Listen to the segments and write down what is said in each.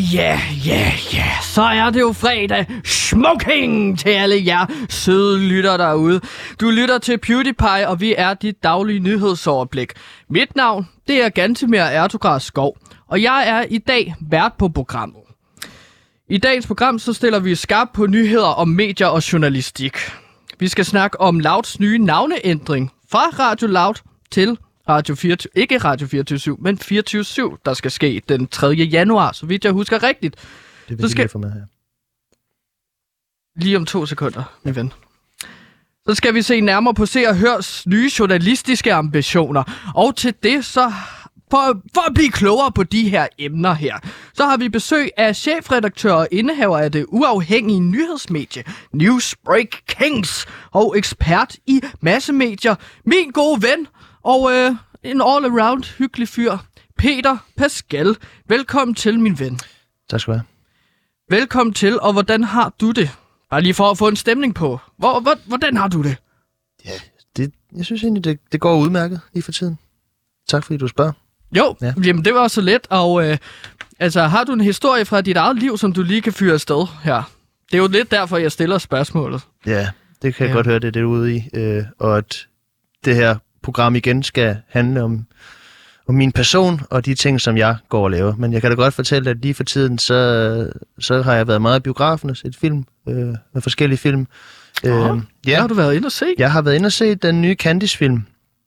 Ja, så er det jo fredag. Smoking til alle jer søde lytter derude. Du lytter til PewDiePie, og vi er dit daglige nyhedsoverblik. Mit navn, det er Gantemir Ertugras Skov, og jeg er i dag vært på programmet. I dagens program så stiller vi skarpt på nyheder om medier og journalistik. Vi skal snakke om Louds nye navneændring fra Radio Loud til Radio 24, ikke Radio 24/7, men 24/7, der skal ske den 3. januar, så vidt jeg husker rigtigt. Det vil jeg få med her. Lige om 2 sekunder, min ven. Så skal vi se nærmere på Se og Hørs nye journalistiske ambitioner. Og til det, så for at blive klogere på de her emner her, så har vi besøg af chefredaktør og indehaver af det uafhængige nyhedsmedie Newsbreak Kings og ekspert i massemedier, min gode ven og en all-around hyggelig fyr, Peter Pascal. Velkommen til, min ven. Tak skal du have. Velkommen til, og hvordan har du det? Bare lige for at få en stemning på. Hvordan har du det? Ja, jeg synes egentlig, det går udmærket lige for tiden. Tak fordi du spørger. Jo, ja. Jamen det var så let, og har du en historie fra dit eget liv, som du lige kan fyre afsted her? Det er jo lidt derfor, jeg stiller spørgsmålet. Ja, det kan jeg godt høre, det er ude i, og at det her program igen skal handle om min person og de ting, som jeg går og laver. Men jeg kan da godt fortælle, at lige for tiden, så har jeg været meget i biografen og set film, med forskellige film. Ja. Har du været inde og se? Jeg har været inde og se den nye Candice-film.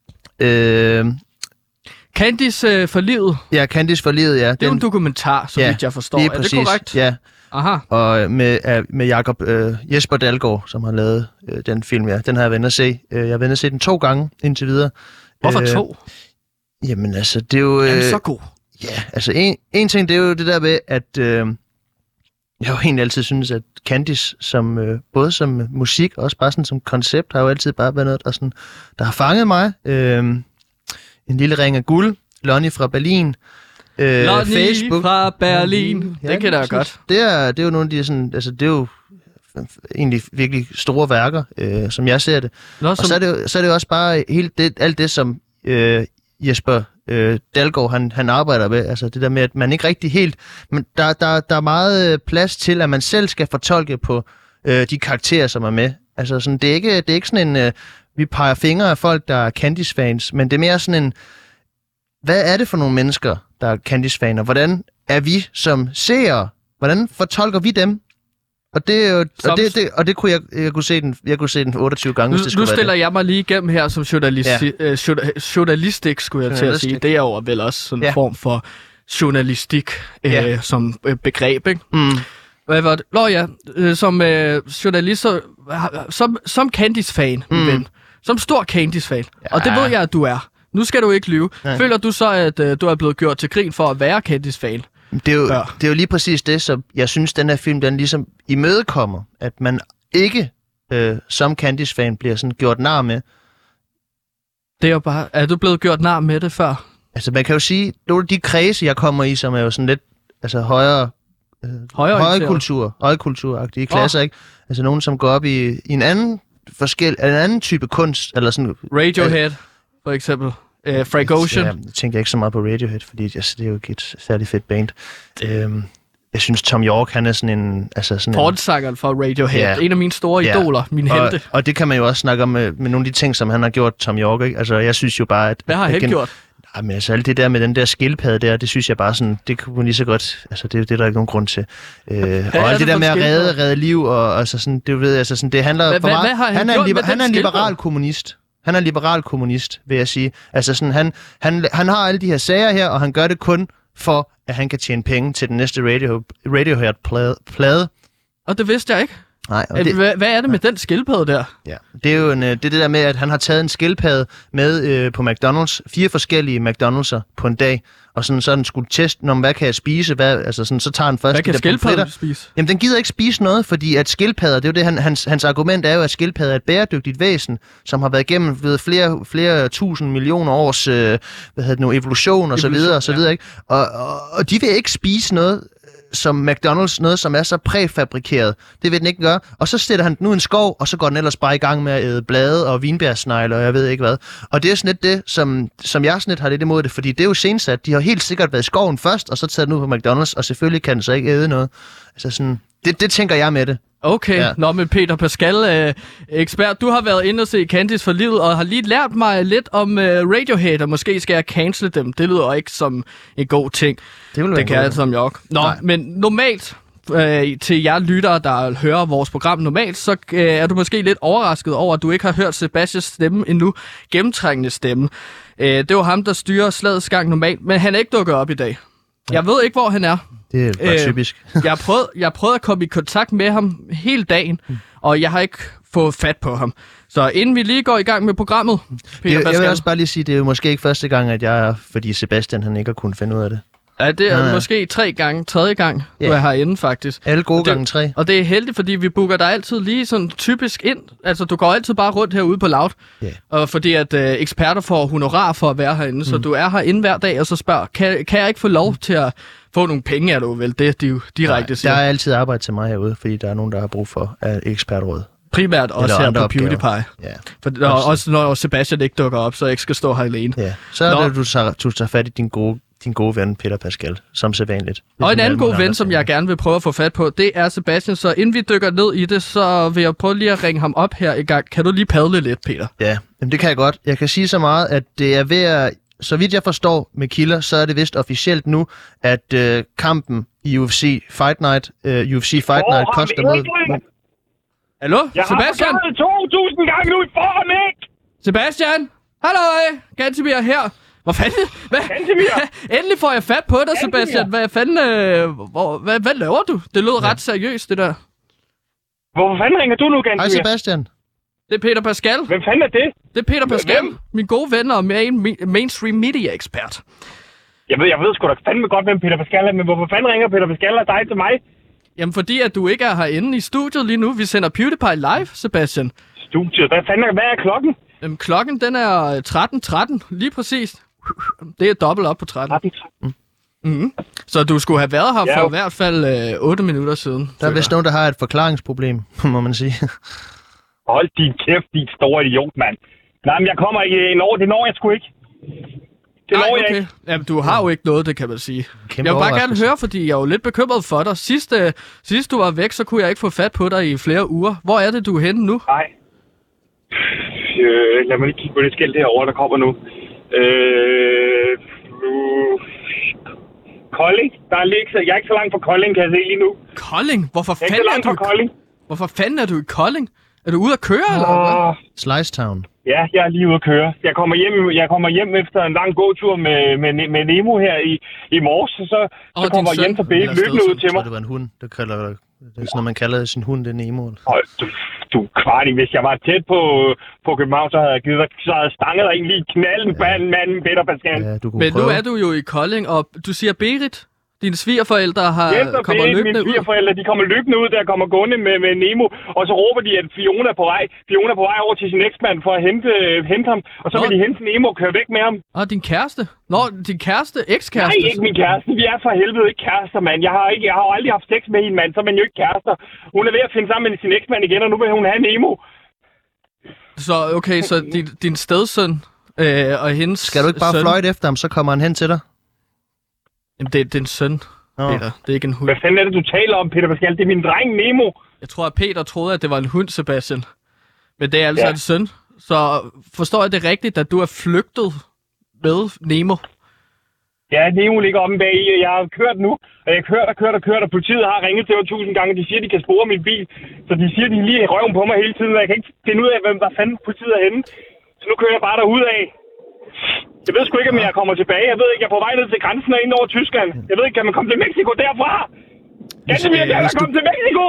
Candice for livet? Ja, Candice for livet, ja. Det er jo en dokumentar, så vidt jeg forstår. Det er det korrekt? Ja. Aha. Og med Jakob Jesper Dalgaard, som har lavet den film, ja. Den har jeg været inde at se. Jeg har været inde at se den 2 gange indtil videre. Hvorfor 2? Jamen altså, det er jo... Jamen så god. Ja, altså en ting, det er jo det der med, at jeg jo egentlig altid synes, at Candice, som, både som musik og også bare sådan som koncept, har jo altid bare været noget, der har fanget mig. En lille ring af guld, Lonnie fra Berlin, Lonnie Facebook. Fra Berlin, ja, det kan da godt. Det er jo nogle af de sådan, altså det er jo egentlig virkelig store værker, som jeg ser det. Og så er det jo også bare alt det, som Jesper Dalgaard, han arbejder med, altså det der med, at man ikke rigtig helt, men der er meget plads til, at man selv skal fortolke på de karakterer, som er med. Altså sådan, det er ikke sådan en, vi peger fingre af folk, der er Candice-fans, men det er mere sådan en, hvad er det for nogle mennesker, der er Candice-faner? Hvordan er vi som seere? Hvordan fortolker vi dem? Og det er jo, og det kunne jeg kunne se den 28 gange, hvis det skulle være det. Nu stiller jeg mig lige igennem her som journalistik, skulle jeg til at sige. Det er jo vel også sådan en form for journalistik som begreb, ikke? Mm. Hvad var det? Som journalist, som Candice-fan, min ven. Som stor Candice-fan. Ja. Og det ved jeg, at du er. Nu skal du ikke lyve. Ja. Føler du så, at du er blevet gjort til grin for at være Candice-fan? Det er jo lige præcis det, som jeg synes, den her film, den ligesom imødekommer. At man ikke som Candice-fan bliver sådan gjort nar med. Det er jo bare... Er du blevet gjort nar med det før? Altså, man kan jo sige, nogle af de kredse, jeg kommer i, som er jo sådan lidt højere kulturagtige klasser, ikke? Altså nogen, som går op i en anden type kunst, eller sådan... Radiohead, for eksempel. Frank Ocean. Jeg tænker ikke så meget på Radiohead, fordi det er jo ikke et særligt fedt band. Jeg synes, Tom York, han er sådan en... Fortsangeren for Radiohead. En af mine store idoler, min helte. Og det kan man jo også snakke om med nogle af de ting, som han har gjort, Tom York, ikke? Altså, jeg synes jo bare, at... Hvad har han gjort? Men altså, alt det der med den der skildpadde der, det synes jeg bare sådan, det kunne man lige så godt, altså det er der ikke nogen grund til. Og alt det der med at redde liv, og altså sådan, det ved jeg, altså sådan, det handler for meget. Han er en liberal kommunist. Han er en liberal kommunist, vil jeg sige. Altså sådan, han har alle de her sager her, og han gør det kun for, at han kan tjene penge til den næste Radiohead-plade. Og det vidste jeg ikke. Nej, hvad er det med den skildpadde der? Ja, det er jo det der med, at han har taget en skildpadde med på McDonald's, 4 forskellige McDonald's'er på en dag, og så den skulle teste, hvad kan jeg spise, så tager han først... Hvad kan skildpadden spise? Jamen, den gider ikke spise noget, fordi at skildpadder, det er jo det, hans argument er jo, at skildpadder er et bæredygtigt væsen, som har været igennem ved flere tusind millioner års evolution og så videre, ikke? Og de vil ikke spise noget som McDonald's, noget som er så præfabrikeret. Det vil den ikke gøre. Og så sætter han den ud i en skov, og så går den ellers bare i gang med at æde blade og vinbærsnegle, og jeg ved ikke hvad. Og det er sådan lidt det, som jeg sådan lidt har lidt imod det, fordi det er jo sensat. De har helt sikkert været i skoven først, og så taget den ud på McDonald's, og selvfølgelig kan den så ikke æde noget. Altså sådan, det tænker jeg med det. Okay, ja. Nå, men Peter Pascal, ekspert, du har været inde og se Candice for livet, og har lige lært mig lidt om Radiohead, og måske skal jeg cancele dem. Det lyder ikke som en god ting. Det kan jeg som jok. Nå, men normalt, til jer lyttere, der hører vores program normalt, så er du måske lidt overrasket over, at du ikke har hørt Sebastians stemme endnu. Gennemtrængende stemme. Det var ham, der styrer slagets gang normalt, men han er ikke dukket op i dag. Jeg ved ikke, hvor han er. Det er bare typisk. jeg prøvede at komme i kontakt med ham hele dagen, og jeg har ikke fået fat på ham. Så inden vi lige går i gang med programmet, Peter Pascal. Jeg vil også bare lige sige, det er jo måske ikke første gang, at jeg er, fordi Sebastian han ikke har kunnet finde ud af det. Ja, det er måske tredje gang, du er herinde faktisk. Alle gode gange 3. Og det er heldigt, fordi vi booker dig altid lige sådan typisk ind. Altså, du går altid bare rundt herude på Loud. Yeah. Og fordi at eksperter får honorar for at være herinde, så du er herinde hver dag, og så spørger, kan jeg ikke få lov til at få nogle penge, er du vel? Det de jo direkte siger. Der er altid arbejde til mig herude, fordi der er nogen, der har brug for ekspertråd. Primært også her på PewDiePie. Ja. For, også når Sebastian ikke dukker op, så jeg ikke skal stå her alene. Ja. Så er det, du tager fat i din gode ven, Peter Pascal, som sædvanligt. Og en anden god ven, som jeg gerne vil prøve at få fat på, det er Sebastian. Så inden vi dykker ned i det, så vil jeg prøve lige at ringe ham op her i gang. Kan du lige padle lidt, Peter? Ja, jamen det kan jeg godt. Jeg kan sige så meget, at det er ved at... Så vidt jeg forstår med kilder, så er det vist officielt nu, at kampen i UFC Fight Night koster noget... Hallo? Sebastian? Jeg har 2.000 gange nu i foran, ikke? Sebastian? Hallo, Gantemir her. Hvor fanden? Gantemir? Endelig får jeg fat på dig, Sebastian. Hvad fanden... Hvad laver du? Det lød ret seriøst, det der. Hvorfor fanden ringer du nu, Gantemir? Hej, Sebastian. Det er Peter Pascal. Hvem fanden er det? Det er Peter Pascal. Min gode ven og mainstream media-ekspert. Jeg ved sgu da fandme godt, hvem Peter Pascal er, men hvorfor fanden ringer Peter Pascal og dig til mig? Jamen, fordi at du ikke er herinde i studiet lige nu. Vi sender PewDiePie live, Sebastian. Studiet? Hvad er klokken? Jamen, klokken, den er 13.13, lige præcis. Det er dobbelt op på 13. 13. Mm-hmm. Så du skulle have været her for i hvert fald 8 minutter siden. Der er vist nogen, der har et forklaringsproblem, må man sige. Hold din kæft, dit store idiot, mand. Nej, men jeg kommer ikke det når jeg sgu ikke. Okay. Jamen, du har jo ikke noget, det kan man sige. Jeg vil bare gerne høre, fordi jeg er jo lidt bekymret for dig. Sidst du var væk, så kunne jeg ikke få fat på dig i flere uger. Hvor er det, du er henne nu? Nej. Lad mig lige kigge på det skilt herovre, der kommer nu. Kolding? Jeg er ikke så langt fra Kolding, kan jeg se lige nu. Kolding? Hvorfor fanden er du i Kolding? Er du ude at køre, eller hvad? Slice Town. Ja, jeg er lige ude at køre. Jeg kommer hjem efter en lang gåtur med Nemo her i morges, så kommer jeg hjem, så Babe løbende ud til mig. Jeg tror, det var en hund. Det er sådan noget, man kalder sin hund, det er Nemo. Du kvartig, hvis jeg var tæt på København, så havde jeg stanget dig egentlig i knalden på manden, Peter Pascal. Ja, men nu er du jo i Kolding, og du siger Berit. Dine svigerforældre kommer løbende ud. Mine svigerforældre, de kommer løbende ud, der kommer gående med Nemo, og så råber de, at Fiona er på vej. Fiona er på vej over til sin eksmand for at hente ham, og så vil de hente Nemo og køre væk med ham. Og din kæreste? Din kæreste? Ekskæreste? Nej, ikke min kæreste. Vi er for helvede ikke kærester, mand. Jeg har jo aldrig haft sex med hende, mand. Så er man jo ikke kærester. Hun er ved at finde sammen med sin eksmand igen, og nu vil hun have Nemo. Så okay, så din stedsøn og hendes... Skal du ikke bare fløjte efter ham, så kommer han hen til dig? Jamen, det er en søn, Peter. Det er ikke en hund. Hvad fanden er det, du taler om, Peter Pascal? Det er min dreng, Nemo. Jeg tror, at Peter troede, at det var en hund, Sebastian. Men det er altså en søn. Så forstår jeg det rigtigt, at du er flygtet med Nemo? Ja, Nemo ligger oppe bag i, og jeg har kørt nu. Og jeg kørt, og politiet har ringet til mig 1000 gange. De siger, at de kan spore min bil. Så de siger, at de er lige i røven på mig hele tiden, og jeg kan ikke finde ud af, hvem der fanden politiet er henne. Så nu kører jeg bare derudad. Jeg ved sgu ikke, om jeg kommer tilbage. Jeg ved ikke, jeg er på vej ned til grænsen og ind over Tyskland. Jeg ved ikke, kan man komme til Mexico derfra? Komme til Mexico!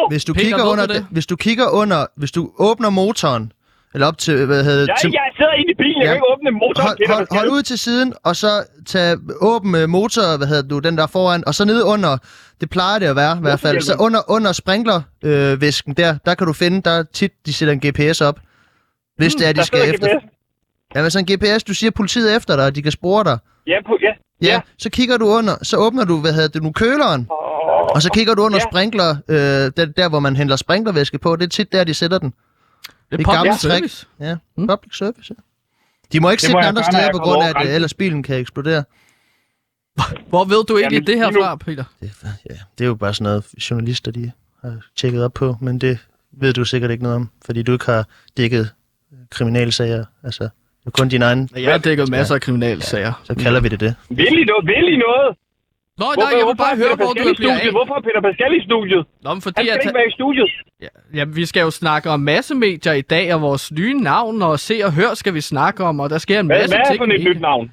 Hvis du åbner motoren, eller op til, jeg sidder inde i bilen, jeg kan ikke åbne motoren. Hold ud til siden, og så åbn motor, den der foran, og så nede under, det plejer det at være i hvert fald, så under sprinklervæsken der kan du finde, der tit, de sætter en GPS op, hvis det er, de skal efter. Ja, men sådan en GPS, du siger politiet efter dig, og de kan spore dig. Ja, så kigger du under, så åbner du, nu køleren. Og så kigger du under sprinkler, der hvor man henter sprinklervæske på, det er tit der, de sætter den. Det er public service. Ja, public service, ja. De må ikke sætte den andre steder, på grund af, at ellers bilen kan eksplodere. Hvor ved du egentlig det her fra, Peter? Det er jo bare sådan noget, journalister de har tjekket op på, men det ved du sikkert ikke noget om, fordi du ikke har dækket kriminalsager. Altså, det er kun din egen... Jeg har dækket masser af kriminalsager. Så kalder vi det. Vil I noget? Nå, nej, jeg vil bare høre, hvor du bliver af. Hvorfor er Peter Pascal i studiet? Nå, men fordi han skal ikke være i studiet. Ja, vi skal jo snakke om massemedier i dag, og vores nye navn, og Se og Hør skal vi snakke om, og der sker en masse ting. Hvad er for et nyt navn?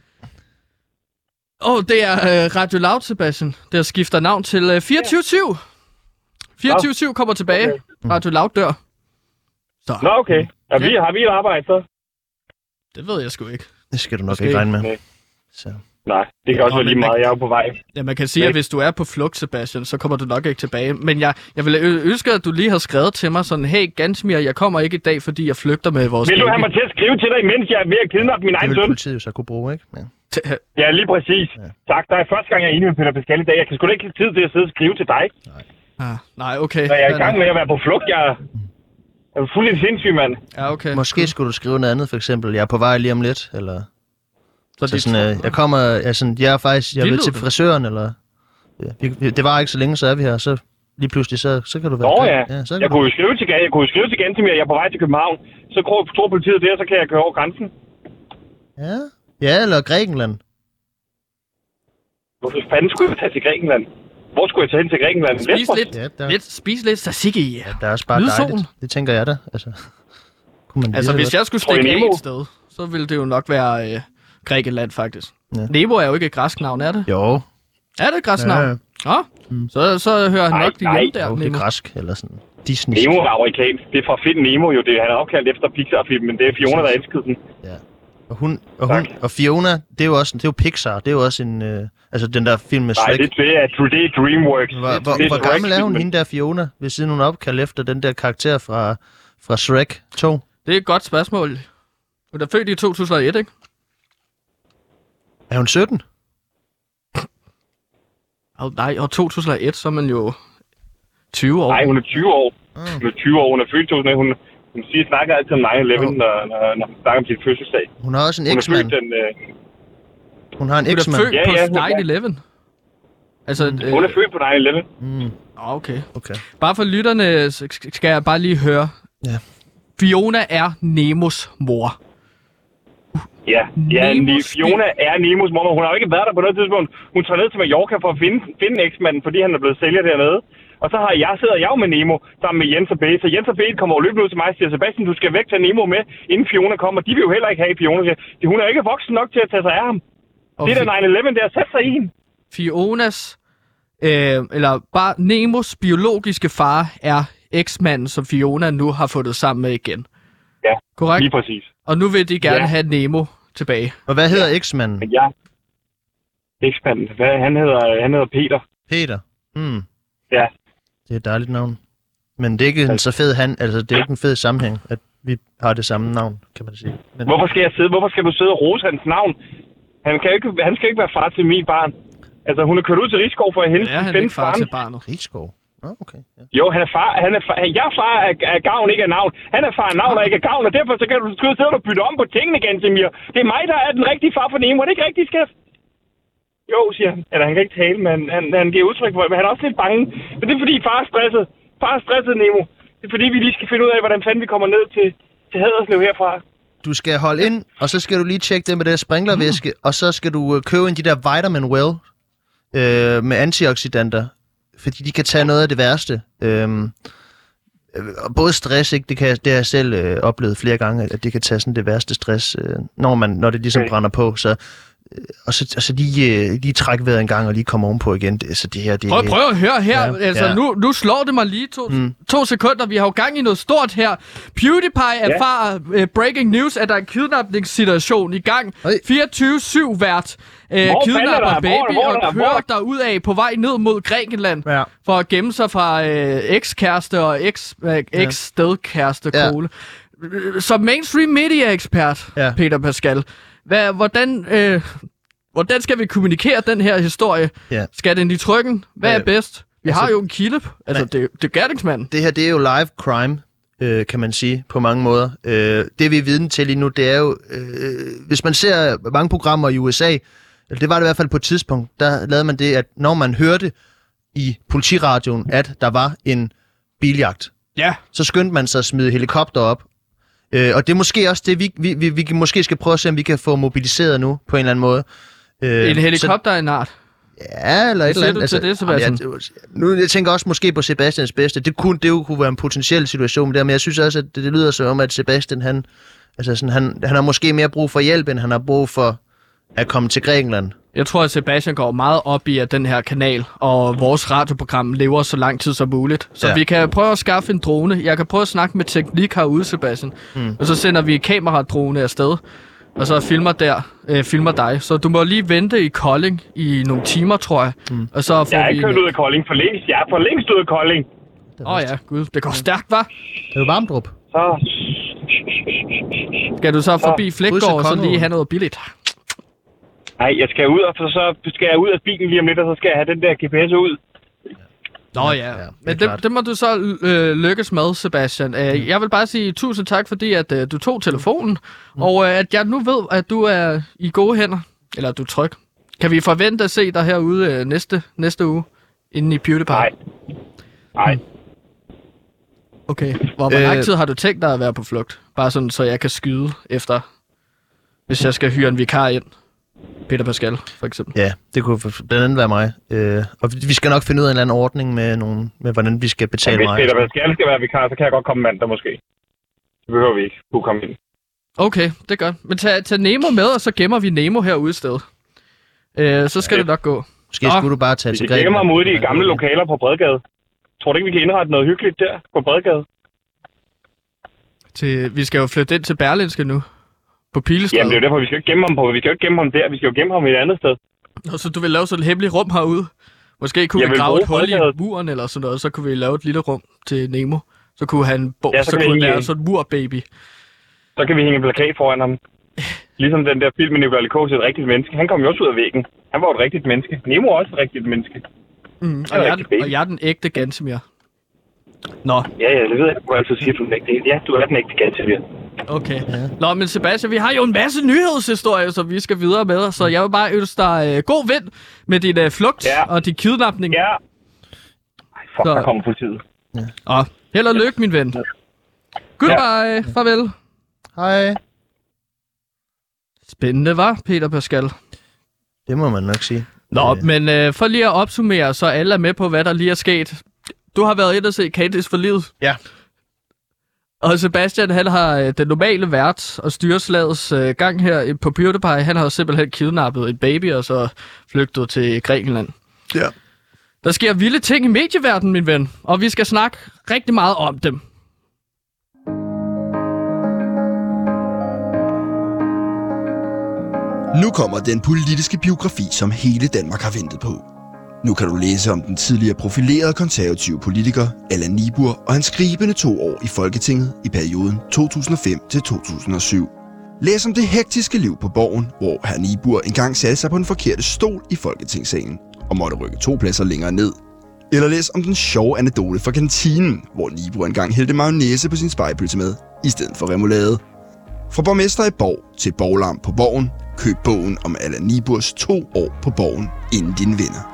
Det er Radio Loud, Sebastian. Der skifter navn til 24/7. 24/7 kommer tilbage. Okay. Radio Loud dør. Så. Nå, okay. Har vi et arbejde så? Det ved jeg sgu ikke. Det skal du nok ikke regne med. Så. Nej, det kan også være lige meget. Jeg er jo på vej. Ja, man kan sige, at hvis du er på flugt, Sebastian, så kommer du nok ikke tilbage. Men jeg vil ønske, at du lige har skrevet til mig sådan, hey, Gansmir, jeg kommer ikke i dag, fordi jeg flygter med vores... Vil du have mig til at skrive til dig, mens jeg er ved at kidnappe min egen søn? Det vil politiet så kunne bruge, ikke? Ja, lige præcis. Ja. Tak, der er første gang, jeg er enig med Peter Pascal i dag. Jeg kan sgu da ikke have tid til at sidde og skrive til dig. Nej, okay. Så jeg er i gang med at være på flugt. Jeg er fuldstændig sindssyg, mand. Ja, okay. Måske skulle du skrive noget andet, for eksempel. Jeg er på vej lige om lidt, eller... Så sådan, jeg kommer... Jeg vil til frisøren, eller... Ja, det var ikke så længe, så er vi her, så lige pludselig, så kan du være... Jeg kunne jo skrive til Gantemir, jeg er på vej til København. Så tror politiet det, så kan jeg køre over grænsen. Ja, eller Grækenland. Hvorfor fanden skulle jeg tage til Grækenland? Hvor skulle jeg tage hen til Grækenland? Spis lidt tzatziki. Ja, der er også bare dejligt. Det tænker jeg da. Hvis jeg skulle stikke af et sted, så ville det jo nok være Grækenland, faktisk. Ja. Nemo er jo ikke et græsk navn, er det? Jo. Er det et græsk navn? Ja. Så hører han nok det hjemme der, Nemo. Det er græsk, eller sådan Disney. Nemo er amerikansk. Det er fra Find Nemo jo. Han er opkaldt efter Pixar-film, men det er Fiona, der elskede den. Ja. Og Fiona, det er jo Pixar. Det er jo også en... altså den der film med Shrek. Nej, det er DreamWorks. Hvor gammel er hun, hende der Fiona, hvis siden hun er opkaldt efter den der karakter fra Shrek 2? Det er et godt spørgsmål. Hun er født i 2001, ikke? Er hun 17? Nej, og 2001, så er man jo 20 år. Nej, hun er 20 år. Hun er 20 år. Hun er født i 2001. Hun snakker altid om 9/11, når hun snakker om sin fødselsdag. Hun har også en eksmand. Hun har en eksmand. Hun er født på 9/11. Altså, hun er født på 9/11. Okay. Bare for lytterne skal jeg bare lige høre. Ja. Fiona er Nemos mor. Ja, Fiona er Nemos mor. Hun har jo ikke været der på noget tidspunkt. Hun tager ned til Mallorca for at finde eksmanden, fordi han er blevet sælger dernede. Og så sidder jeg jo med Nemo sammen med Jens og Bede. Så Jens og Bede kommer jo løbende ud til mig og siger, Sebastian, du skal væk tage Nemo med, inden Fiona kommer. De vil jo heller ikke have Fiona. Hun er ikke voksen nok til at tage sig af ham. Og det der 9/11, der sætter sig i hende. Fionas, eller bare Nemos biologiske far er eksmanden, som Fiona nu har fundet sammen med igen. Ja, korrekt? Lige præcis. Og nu vil de gerne have Nemo tilbage. Og hvad hedder eksmanden? Ja, eksmanden. Han hedder Peter. Peter? Ja. Det er et dejligt navn. Men det er ikke en så fed det er ikke en fed sammenhæng, at vi har det samme navn, kan man sige. Men... Hvorfor skal du sidde og rose hans navn? Han skal ikke være far til min barn. Altså, hun er kørt ud til Rigskov for at hente han er ikke far til barnet. Rigskov? Okay. Ja. Jo, han er far. Jeg er far af gavn, ikke af navn. Han er far af navn og ikke af gavn, og derfor så kan du sidde og bytte om på tingene, Gantemir. Det er mig, der er den rigtige far for Nemo. Er det ikke rigtigt, skat? Jo, siger han. Eller han kan ikke tale, men han giver udtryk for det. Men han er også lidt bange. Men det er fordi far er stresset. Far er stresset, Nemo. Det er fordi, vi lige skal finde ud af, hvordan fanden vi kommer ned til Haderslev herfra. Du skal holde ind, og så skal du lige tjekke det med det sprinklervæske, og så skal du købe ind de der Vitamin Well med antioxidanter, fordi de kan tage noget af det værste. Både stress, ikke? Det har jeg selv oplevet flere gange, at det kan tage sådan det værste stress, når det ligesom brænder på. Og så lige trække vejret en gang og lige komme ovenpå igen. Det her. Prøv at høre her. Nu slår det mig lige to sekunder. Vi har jo gang i noget stort her. PewDiePie erfarer breaking news, at der er en kidnapningssituation i gang. 24/7-vært kidnapper baby og kører derudad på vej ned mod Grækenland for at gemme sig fra ekskæreste og eks-stedkæreste kone. Som mainstream media-ekspert, Peter Pascal, hvordan skal vi kommunikere den her historie? Skal den i trykken? Hvad er bedst? Vi har jo en kilde. Altså, det er gerningsmanden. Det her, det er jo live crime, kan man sige, på mange måder. Det vi er viden til lige nu, det er jo... hvis man ser mange programmer i USA, det var det i hvert fald på et tidspunkt, der lavede man det, at når man hørte i politiradioen, at der var en biljagt, så skyndte man sig at smide helikopter op. Og det er måske også det, vi måske skal prøve at se, om vi kan få mobiliseret nu, på en eller anden måde. En helikopter er en art. Ja, eller et eller andet. Til det, Sebastian? Jeg tænker også måske på Sebastians bedste. Det kunne være en potentiel situation der, men jeg synes også, at det lyder som om, at Sebastian, han har måske mere brug for hjælp, end han har brug for at komme til Grækenland. Jeg tror, at Sebastian går meget op i, at den her kanal og vores radioprogram lever så lang tid som muligt. Så vi kan prøve at skaffe en drone. Jeg kan prøve at snakke med teknik herude, Sebastian. Og så sender vi kameradrone afsted. Og så filmer dig. Så du må lige vente i Kolding i nogle timer, tror jeg. Og så får jeg er ikke kørt ud af Kolding for længst. Jeg er for længst ud af Kolding. Ja, gud. Det går stærkt, hva'? Er du Varmdrup? Så... Skal du så forbi Flækgaard og så lige have noget billigt? Nej, jeg skal ud, og så skal jeg ud af bilen lige om lidt, og så skal jeg have den der GPS ud. Nå ja. Men det må du så lykkes med, Sebastian. Jeg vil bare sige tusind tak, fordi at du tog telefonen, og at jeg nu ved, at du er i gode hænder, eller at du er tryg. Kan vi forvente at se dig herude næste uge, inde i PewDiePie? Nej. Okay. Hvor lang tid har du tænkt dig at være på flugt? Bare sådan, så jeg kan skyde efter, hvis jeg skal hyre en vikar ind. Peter Pascal, for eksempel. Ja, det kunne blandt andet være mig. Og vi skal nok finde ud af en eller anden ordning med hvordan vi skal betale mig. Hvis Peter Pascal skal være vikar, så kan jeg godt komme mandag måske. Det behøver vi ikke kunne komme ind. Okay, det er godt. Men tag Nemo med, og så gemmer vi Nemo herude i stedet. Så skal det nok gå. Måske skulle du bare tage til Grækenland. Vi gemmer ham ude i de gamle lokaler på Bredgade. Tror du ikke, vi kan indrette noget hyggeligt der på Bredgade? Vi skal jo flytte ind til Berlinske nu. På Pilestræde. Jamen det er derfor, vi skal ikke gemme ham på. Vi skal jo ikke gemme ham der. Vi skal jo gemme ham i et andet sted. Og så du vil lave sådan et hemmeligt rum herude? Måske kunne vi grave et hul i muren eller sådan noget, så kunne vi lave et lille rum til Nemo. Så kunne han så kunne han være sådan en murbaby. Så kan vi hænge en plakat foran ham. Ligesom den der film med Nicolai Likos, et rigtigt menneske. Han kom jo også ud af væggen. Han var et rigtigt menneske. Nemo er også et rigtigt menneske. Og jeg er den ægte Gantemir. Nå. Ja, det ved jeg. Du altid siger, du er den ægte. Ja, du er den ægte Gantemir. Okay. Nå, men Sebastian, vi har jo en masse nyhedshistorier, som vi skal videre med, så jeg vil bare ønske dig god vind med din flugt og din kidnapning. Ja. Fuck, der kommer politiet. Ja. Og held og lykke, min ven. Goodbye. Farvel. Hej. Spændende, var Peter Pascal? Det må man nok sige. Nå, men for lige at opsummere, så alle er med på, hvad der lige er sket. Du har været inde og se Candice for livet. Ja. Og Sebastian, han har den normale vært og styreslagets gang her på PewDiePie. Han har simpelthen kidnappet et baby og så flygtet til Grækenland. Ja. Der sker vilde ting i medieverdenen, min ven. Og vi skal snakke rigtig meget om dem. Nu kommer den politiske biografi, som hele Danmark har ventet på. Nu kan du læse om den tidligere profilerede konservative politiker Allan Nibuhr og hans skribende 2 år i Folketinget i perioden 2005 til 2007. Læs om det hektiske liv på Borgen, hvor hr. Nibuhr engang satte sig på den forkerte stol i Folketingssalen og måtte rykke 2 pladser længere ned. Eller læs om den sjove anekdote fra kantinen, hvor Nibuhr engang hældte mayonnaise på sin spegepølse med, i stedet for remoulade. Fra borgmester i Borg til borglarm på Borgen, køb bogen om Allan Nibuhrs 2 år på Borgen, inden dine venner.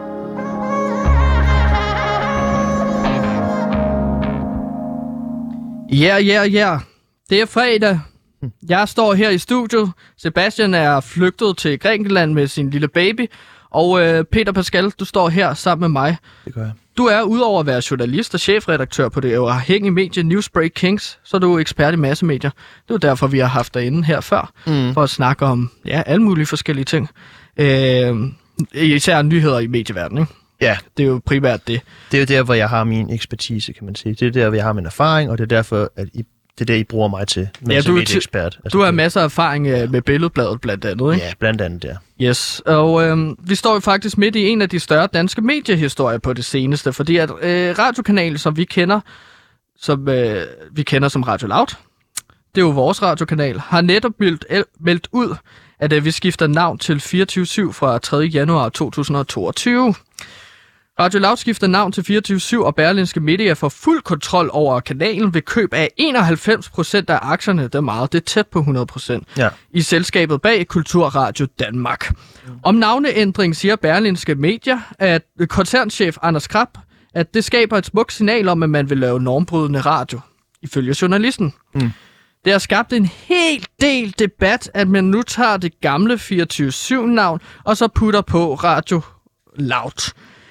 Ja. Det er fredag. Jeg står her i studiet. Sebastian er flygtet til Grækenland med sin lille baby. Og Peter Pascal, du står her sammen med mig. Det gør jeg. Du er udover at være journalist og chefredaktør på det uafhængige medie Newsbreak Kings, så er du ekspert i massemedier. Det er derfor, vi har haft dig inde her før, for at snakke om alle mulige forskellige ting. Især nyheder i medieverdenen, ikke? Ja. Det er jo primært det. Det er jo der, hvor jeg har min ekspertise, kan man sige. Det er der, hvor jeg har min erfaring, og det er derfor, at det er det, I bruger mig til, som medieekspert. Du har masser af erfaring med Billedbladet blandt andet, ikke? Ja, blandt andet, ja. Yes, og vi står jo faktisk midt i en af de større danske mediehistorier på det seneste, fordi at radiokanalen, som vi kender som Radio Loud, det er jo vores radiokanal, har netop meldt ud, at vi skifter navn til 24/7 fra 3. januar 2022. Radio Loud skifter navn til 24/7, og Berlingske Media får fuld kontrol over kanalen ved køb af 91% af aktierne. Det er meget, det er tæt på 100%. Ja. I selskabet bag Kulturradio Danmark. Om navneændring siger Berlingske Media, at koncernchef Anders Krab, at det skaber et smukt signal om, at man vil lave normbrydende radio, ifølge journalisten. Det har skabt en hel del debat, at man nu tager det gamle 24/7-navn, og så putter på Radio Loud.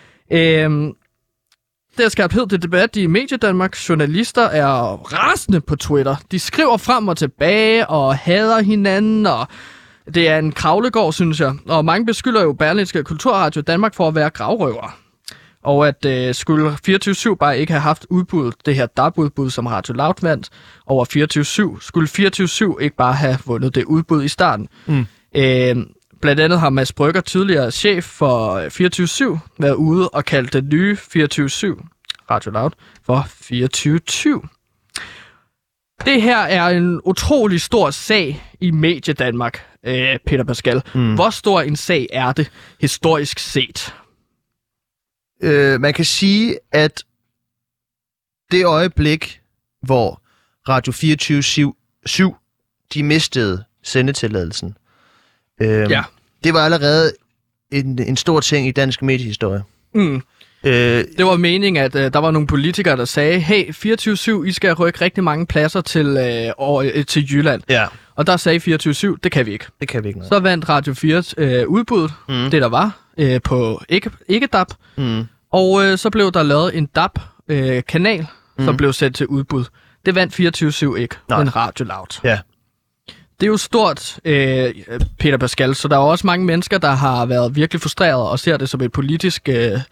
Det har skabt helt det debat i Mediedanmark. Journalister er rasende på Twitter. De skriver frem og tilbage og hader hinanden, og det er en kravlegård, synes jeg. Og mange beskylder jo Berlingske Kulturradio Danmark for at være gravrøvere. Og at skulle 24/7 bare ikke have haft udbud, det her DAB-udbud, som Radio Loud vandt over 24/7, skulle 24/7 ikke bare have vundet det udbud i starten. Blandt andet har Mads Brygger, tidligere chef for 24/7, været ude og kaldt den nye 24/7 Radio Loud for 24/20. Det her er en utrolig stor sag i Mediedanmark, Peter Pascal. Hvor stor en sag er det historisk set? Man kan sige, at det øjeblik, hvor Radio 24/7 de mistede sendetilladelsen, det var allerede en stor ting i dansk mediehistorie. Det var meningen, at der var nogle politikere, der sagde, hey, 24/7, I skal rykke rigtig mange pladser til Jylland. Ja. Og der sagde 24/7, det kan vi ikke. Det kan vi ikke. Så vandt Radio 4 udbuddet, det der var, på ikke DAB. Og så blev der lavet en DAB-kanal, som blev sendt til udbud. Det vandt 24/7 ikke, men Radio Loud. Ja. Det er jo stort, Peter Pascal, så der er også mange mennesker, der har været virkelig frustreret og ser det som et politisk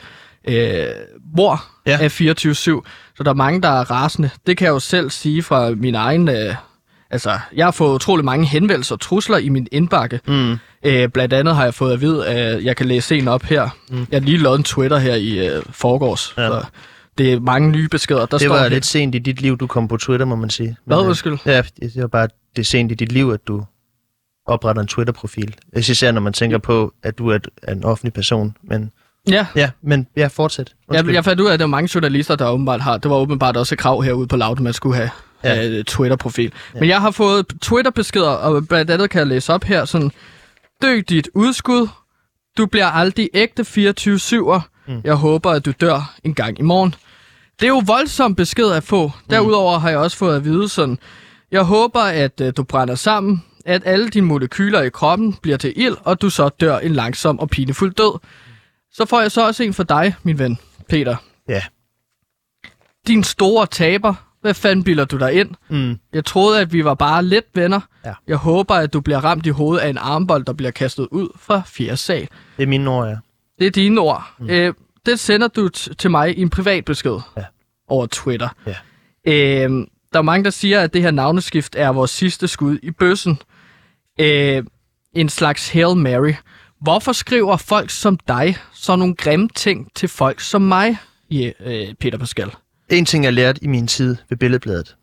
mord af 24/7. Så der er mange, der er rasende. Det kan jeg jo selv sige fra min egen... jeg har fået utrolig mange henvendelser og trusler i min indbakke. Blandt andet har jeg fået at vide, at jeg kan læse en op her. Jeg har lige lavet en Twitter her i forgårs. Ja. Så det er mange nye beskeder. Det var lidt sent i dit liv, du kom på Twitter, må man sige. Hvad, undskyld? Ja, det var bare det sent i dit liv, at du opretter en Twitter-profil. Især når man tænker på, at du er en offentlig person. Men fortsæt. Jeg fandt ud af, at der er mange journalister, der åbenbart har. Det var åbenbart også et krav herude på Loud, man skulle have Twitter-profil. Ja. Men jeg har fået Twitter-beskeder, og blandt andet kan jeg læse op her, sådan, dø dit udskud, du bliver aldrig ægte 24/7'er, jeg håber, at du dør en gang i morgen. Det er jo voldsomt besked at få. Derudover har jeg også fået at vide sådan, jeg håber, at du brænder sammen, at alle dine molekyler i kroppen bliver til ild, og du så dør en langsom og pinefuld død. Så får jeg så også en for dig, min ven, Peter. Ja. Din store taber. Hvad fanden bilder du dig ind? Jeg troede, at vi var bare lidt venner. Ja. Jeg håber, at du bliver ramt i hovedet af en armbold, der bliver kastet ud fra 4. sal. Det er mine ord, ja. Det er dine ord. Det sender du til mig i en privat besked over Twitter. Ja. Der er mange, der siger, at det her navneskift er vores sidste skud i bøssen. En slags Hail Mary. Hvorfor skriver folk som dig så nogle grimme ting til folk som mig, Peter Pascal? En ting, jeg lærte i min tid ved Billedbladet,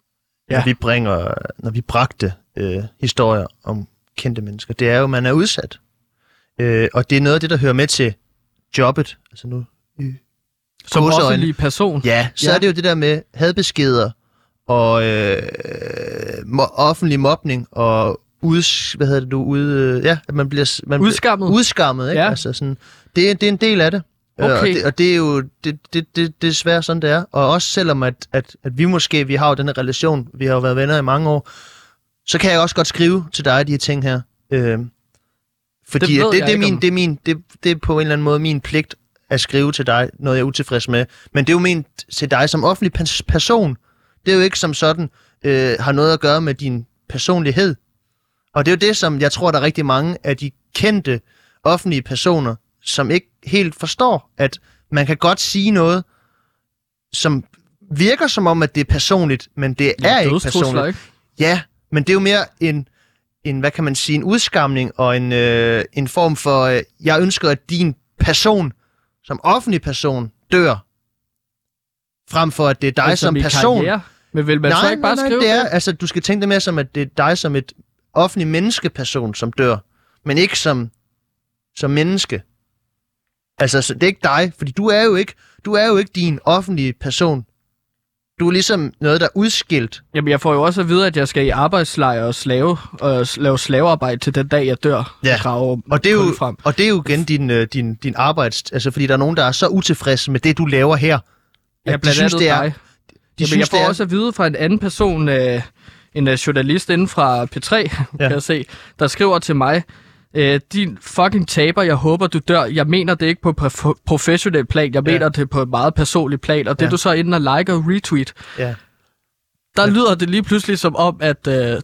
når vi bragte historier om kendte mennesker, det er jo, at man er udsat. Og det er noget af det, der hører med til jobbet. Altså nu, som offentlig person? Ja, så er det jo det der med hadbeskeder og offentlig mobning og at man bliver udskammet, ikke? Ja. Altså sådan, det er en del af det. Okay. Og det er jo det er svært, sådan det er. Og også selvom at vi har jo den her relation, vi har jo været venner i mange år, så kan jeg også godt skrive til dig de her ting her. Fordi det er på en eller anden måde min pligt at skrive til dig, noget jeg er utilfreds med. Men det er jo ment til dig som offentlig person. Det er jo ikke som sådan har noget at gøre med din personlighed. Og det er jo det, som jeg tror, der er rigtig mange af de kendte offentlige personer, som ikke helt forstår, at man kan godt sige noget, som virker som om, at det er personligt, men det er ikke personligt. Ikke? Ja, men det er jo mere en hvad kan man sige, en udskamning og en form for, jeg ønsker, at din person, som offentlig person, dør, frem for, at det er dig som person. Karriere. Men vil man så ikke bare skrive det? Altså, du skal tænke det mere som, at det er dig som et offentlig menneskeperson, som dør, men ikke som menneske. Altså, så det er ikke dig, fordi du er jo ikke din offentlige person. Du er ligesom noget, der er udskilt. Jamen, jeg får jo også at vide, at jeg skal i arbejdslejr og lave slavearbejde til den dag, jeg dør. Ja, og det er jo igen din arbejds... Altså, fordi der er nogen, der er så utilfredse med det, du laver her. Ja, blandt andet dig. Jeg får også at vide fra en anden person, en journalist inden fra P3, kan jeg se, der skriver til mig, din fucking taber, jeg håber, du dør. Jeg mener det ikke på professionel plan, jeg mener det på et meget personligt plan, og det du så inde og like og retweet, der lyder det lige pludselig som om, at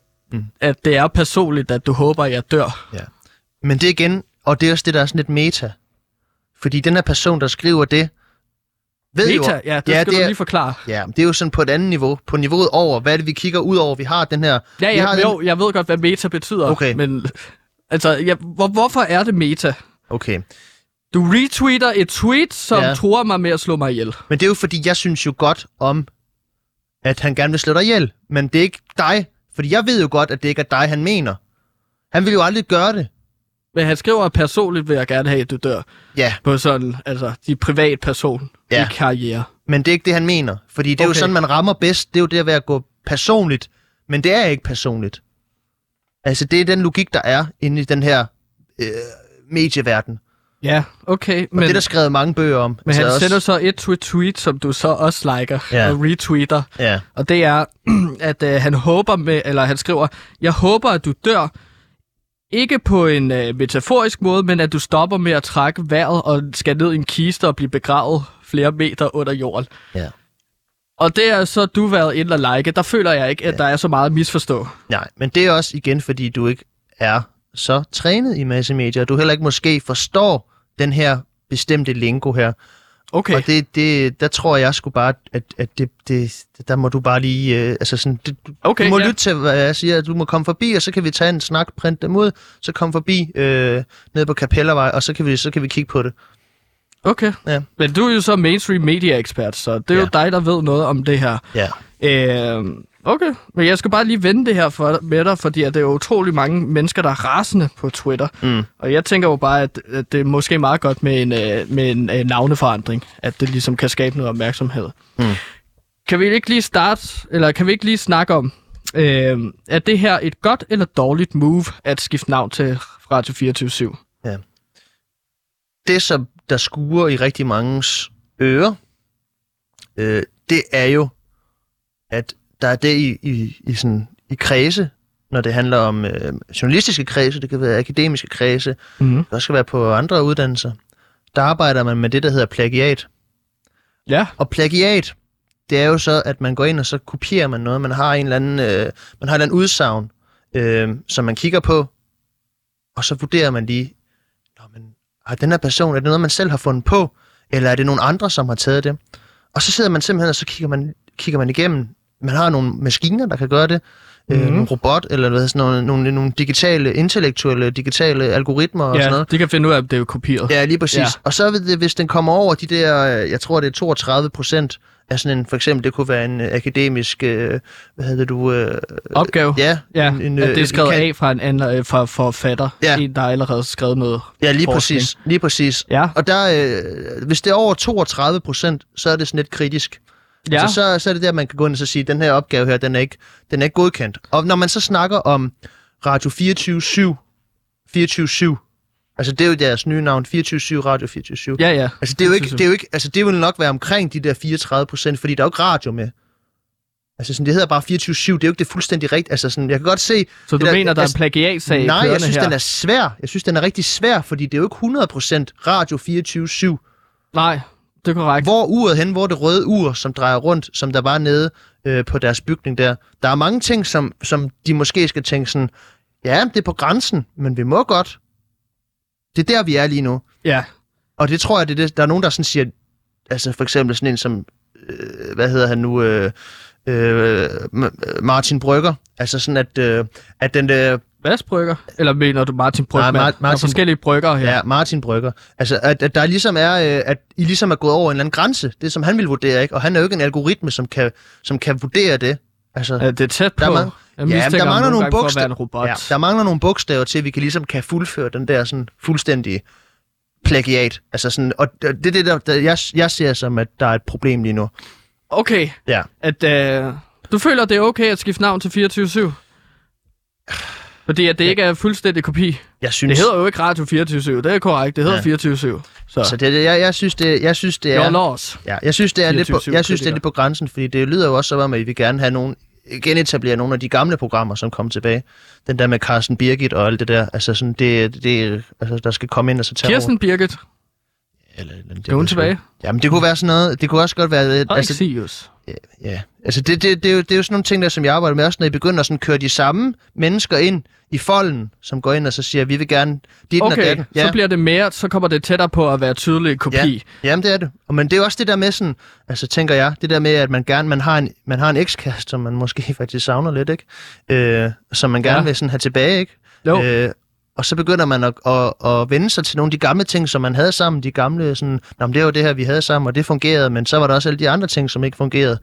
det er personligt, at du håber, jeg dør. Ja. Men det igen, og det er også det, der er sådan lidt meta. Fordi den her person, der skriver det, ved meta? Jo, ja, det skal du lige forklare. Ja, det er jo sådan på et andet niveau. På niveauet over, hvad er det, vi kigger ud over? Vi har den her... Jeg ved godt, hvad meta betyder, men... Altså, hvorfor er det meta? Okay. Du retweeter et tweet, som truer mig med at slå mig ihjel. Men det er jo fordi, jeg synes jo godt om, at han gerne vil slå dig ihjel. Men det er ikke dig. Fordi jeg ved jo godt, at det ikke er dig, han mener. Han vil jo aldrig gøre det. Men han skriver, at personligt vil jeg gerne have, at du dør. Ja. På sådan, altså, de privatperson i karriere. Men det er ikke det, han mener. Fordi det er jo sådan, man rammer bedst. Det er jo det at være at gå personligt. Men det er ikke personligt. Altså, det er den logik, der er inde i den her medieverden. Ja, okay. Og det er der skrevet mange bøger om. Men han sender så et tweet, som du så også liker og retweeter. Ja. Og det er, at han han skriver, jeg håber, at du dør, ikke på en metaforisk måde, men at du stopper med at trække vejret og skal ned i en kiste og blive begravet flere meter under jorden. Ja. Og det er så, du været inde og like. Der føler jeg ikke, at der er så meget at misforstå. Nej, men det er også igen, fordi du ikke er så trænet i massemedier. Du heller ikke måske forstår den her bestemte lingo her. Okay. Og der tror jeg sgu bare, at der må du bare lige... du må lytte til, hvad jeg siger. Du må komme forbi, og så kan vi tage en snak, printe dem ud, så kom forbi ned på Kapellervej, og så kan vi kigge på det. Okay, men du er jo så mainstream media-ekspert, så det er jo dig, der ved noget om det her. Ja. Okay, men jeg skal bare lige vende det her med dig, fordi at det er jo utrolig mange mennesker, der er rasende på Twitter. Og jeg tænker jo bare, at det er måske meget godt med en navneforandring, at det ligesom kan skabe noget opmærksomhed. Kan vi ikke lige snakke om, er det her et godt eller dårligt move at skifte navn til Radio 24/7? Ja. Det, som der skuer i rigtig manges ører, det er jo, at der er det i kredse, når det handler om journalistiske kredse, det kan være akademiske kredse, det også skal være på andre uddannelser, der arbejder man med det, der hedder plagiat. Ja. Og plagiat, det er jo så, at man går ind, og så kopierer man noget, man har en eller anden udsagn, som man kigger på, og så vurderer man lige, har den her person, er det noget, man selv har fundet på, eller er det nogle andre, som har taget det? Og så sidder man simpelthen, og så kigger man igennem. Man har nogle maskiner, der kan gøre det, nogle robot, eller sådan nogle digitale algoritmer og sådan noget. De kan finde ud af, at det er jo kopieret. Ja, lige præcis. Ja. Og så hvis den kommer over de der, jeg tror det er 32% af sådan en, for eksempel, det kunne være en akademisk, opgave. Ja. At det er skrevet af fra en anden forfatter, en der allerede har skrevet noget. Ja, lige præcis. Ja. Og der, hvis det er over 32%, så er det sådan lidt kritisk. Ja. Altså, så er det der, man kan gå ind og sige, at den her opgave her, den er ikke godkendt. Og når man så snakker om Radio 24/7, altså det er jo deres nye navn, 24/7, Radio 24/7. Ja. Altså det er jo ikke, altså det vil nok være omkring de der 34%, fordi der er jo ikke radio med. Altså sådan, det hedder bare 24/7, det er jo ikke det fuldstændig rigtigt. Altså sådan, jeg kan godt se... Så du mener, der er en plagiatsag? Nej, jeg synes, den er svær. Jeg synes, den er rigtig svær, fordi det er jo ikke 100% Radio 24/7. Nej. Det er korrekt. Hvor uret hen, hvor det røde ur, som drejer rundt, som der var nede på deres bygning der. Der er mange ting, som de måske skal tænke sådan, ja, det er på grænsen, men vi må godt. Det er der, vi er lige nu. Ja. Og det tror jeg, der er nogen, der sådan siger, altså for eksempel sådan en som, hvad hedder han nu, Martin Brygger. Altså sådan, at den der... Mads Brygger? Eller mener du Martin Brygger? Nej, der er forskellige Brygger her. Ja, Martin Brygger. Altså, at der ligesom er, at I ligesom er gået over en eller anden grænse. Det, som han vil vurdere, ikke? Og han er jo ikke en algoritme, som kan vurdere det. Altså, det er tæt på. Der mangler nogle bogstaver. Ja, der mangler nogle bogstaver til, at vi kan ligesom kan fuldføre den der sådan fuldstændige plagiat. Altså sådan, og det er det, jeg ser som, at der er et problem lige nu. Okay. Ja. At, du føler, det er okay at skifte navn til 24/7? Fordi at det ikke er fuldstændig kopi. Jeg synes... Det hedder jo ikke Radio 24/7, det er korrekt. Det hedder 24/7. Så jeg synes det er... Your loss. Ja, jeg synes det er lidt på grænsen, fordi det lyder jo også som om, at vi vil gerne have nogen genetablere nogle af de gamle programmer, som kom tilbage. Den der med Carsten Birgit og alt det der. Altså sådan, altså, der skal komme ind og så tage Kirsten Birgit. Eller er hun tilbage? Jamen, det kunne være sådan noget. Det kunne også godt være... Altså, ja. Altså, det er jo sådan nogle ting, der som jeg arbejder med, også når I begynder at sådan køre de samme mennesker ind i folden, som går ind og så siger, vi vil gerne... Okay, så bliver det mere, så kommer det tættere på at være tydelig kopi. Ja. Jamen, det er det. Men det er også det der med sådan, altså tænker jeg, det der med, at man har en ekskæreste, som man måske faktisk savner lidt, ikke? Som man gerne vil sådan have tilbage, ikke? Jo. Og så begynder man at vende sig til nogle af de gamle ting, som man havde sammen. De gamle sådan, det er jo det her, vi havde sammen, og det fungerede, men så var der også alle de andre ting, som ikke fungerede.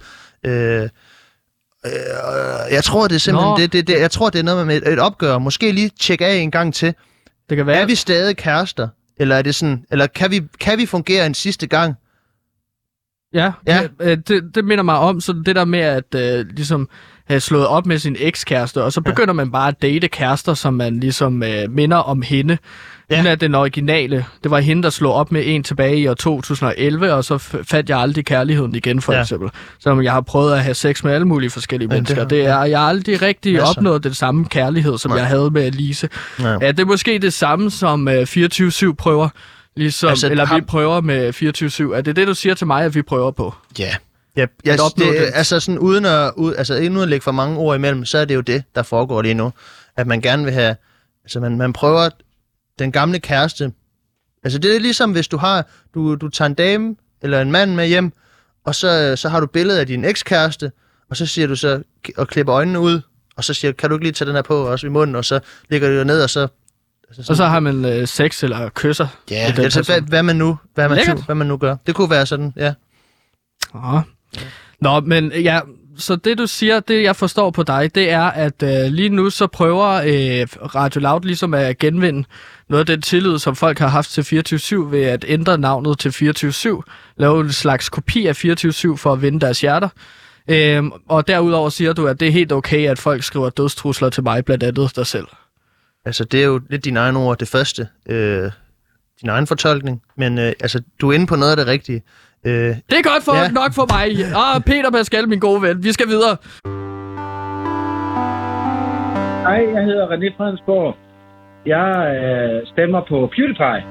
Jeg tror, det er simpelthen jeg tror, det er noget med et opgør. Måske lige tjekke af en gang til. Det kan være. Er vi stadig kærester? Eller er det sådan, eller kan vi fungere en sidste gang? Ja. Det minder mig om så det der med at ligesom have slået op med sin ekskæreste, og så begynder man bare at date kærester, som man ligesom minder om hende. Ja. Hun er den originale. Det var hende, der slog op med en tilbage i år 2011, og så fandt jeg aldrig kærligheden igen, for eksempel. Så jeg har prøvet at have sex med alle mulige forskellige mennesker. Jeg har aldrig rigtig opnået den samme kærlighed, som jeg havde med Lise. Ja, det er måske det samme, som 24/7 prøver. Ligesom, altså, eller vi prøver med 24/7. Er det det, du siger til mig, at vi prøver på? Ja. Altså sådan uden at lægge for mange ord imellem, så er det jo det, der foregår lige nu. At man gerne vil have... Altså man prøver den gamle kæreste... Altså det er ligesom, hvis du tager en dame eller en mand med hjem, og så har du billedet af din ekskæreste, og så siger du så... Og klipper øjnene ud, og så siger kan du ikke lige tage den her på, også i munden, og så ligger du ned, og så... Og så har man sex eller kysser. Ja, altså, hvad man nu gør. Det kunne være sådan, ja. Nå, men ja, så det du siger, det jeg forstår på dig, det er, at lige nu så prøver Radio Loud ligesom at genvinde noget af den tillid, som folk har haft til 24/7 ved at ændre navnet til 24/7, lave en slags kopi af 24/7 for at vinde deres hjerter. Og derudover siger du, at det er helt okay, at folk skriver dødstrusler til mig, blandt andet dig selv. Altså, det er jo lidt dine egne ord, det første. Din egen fortolkning. Men altså, du er inde på noget af det rigtige. Det er godt nok for mig. Peter Pascal, min gode ven. Vi skal videre. Hej, jeg hedder René Fredensborg. Jeg stemmer på PewDiePie.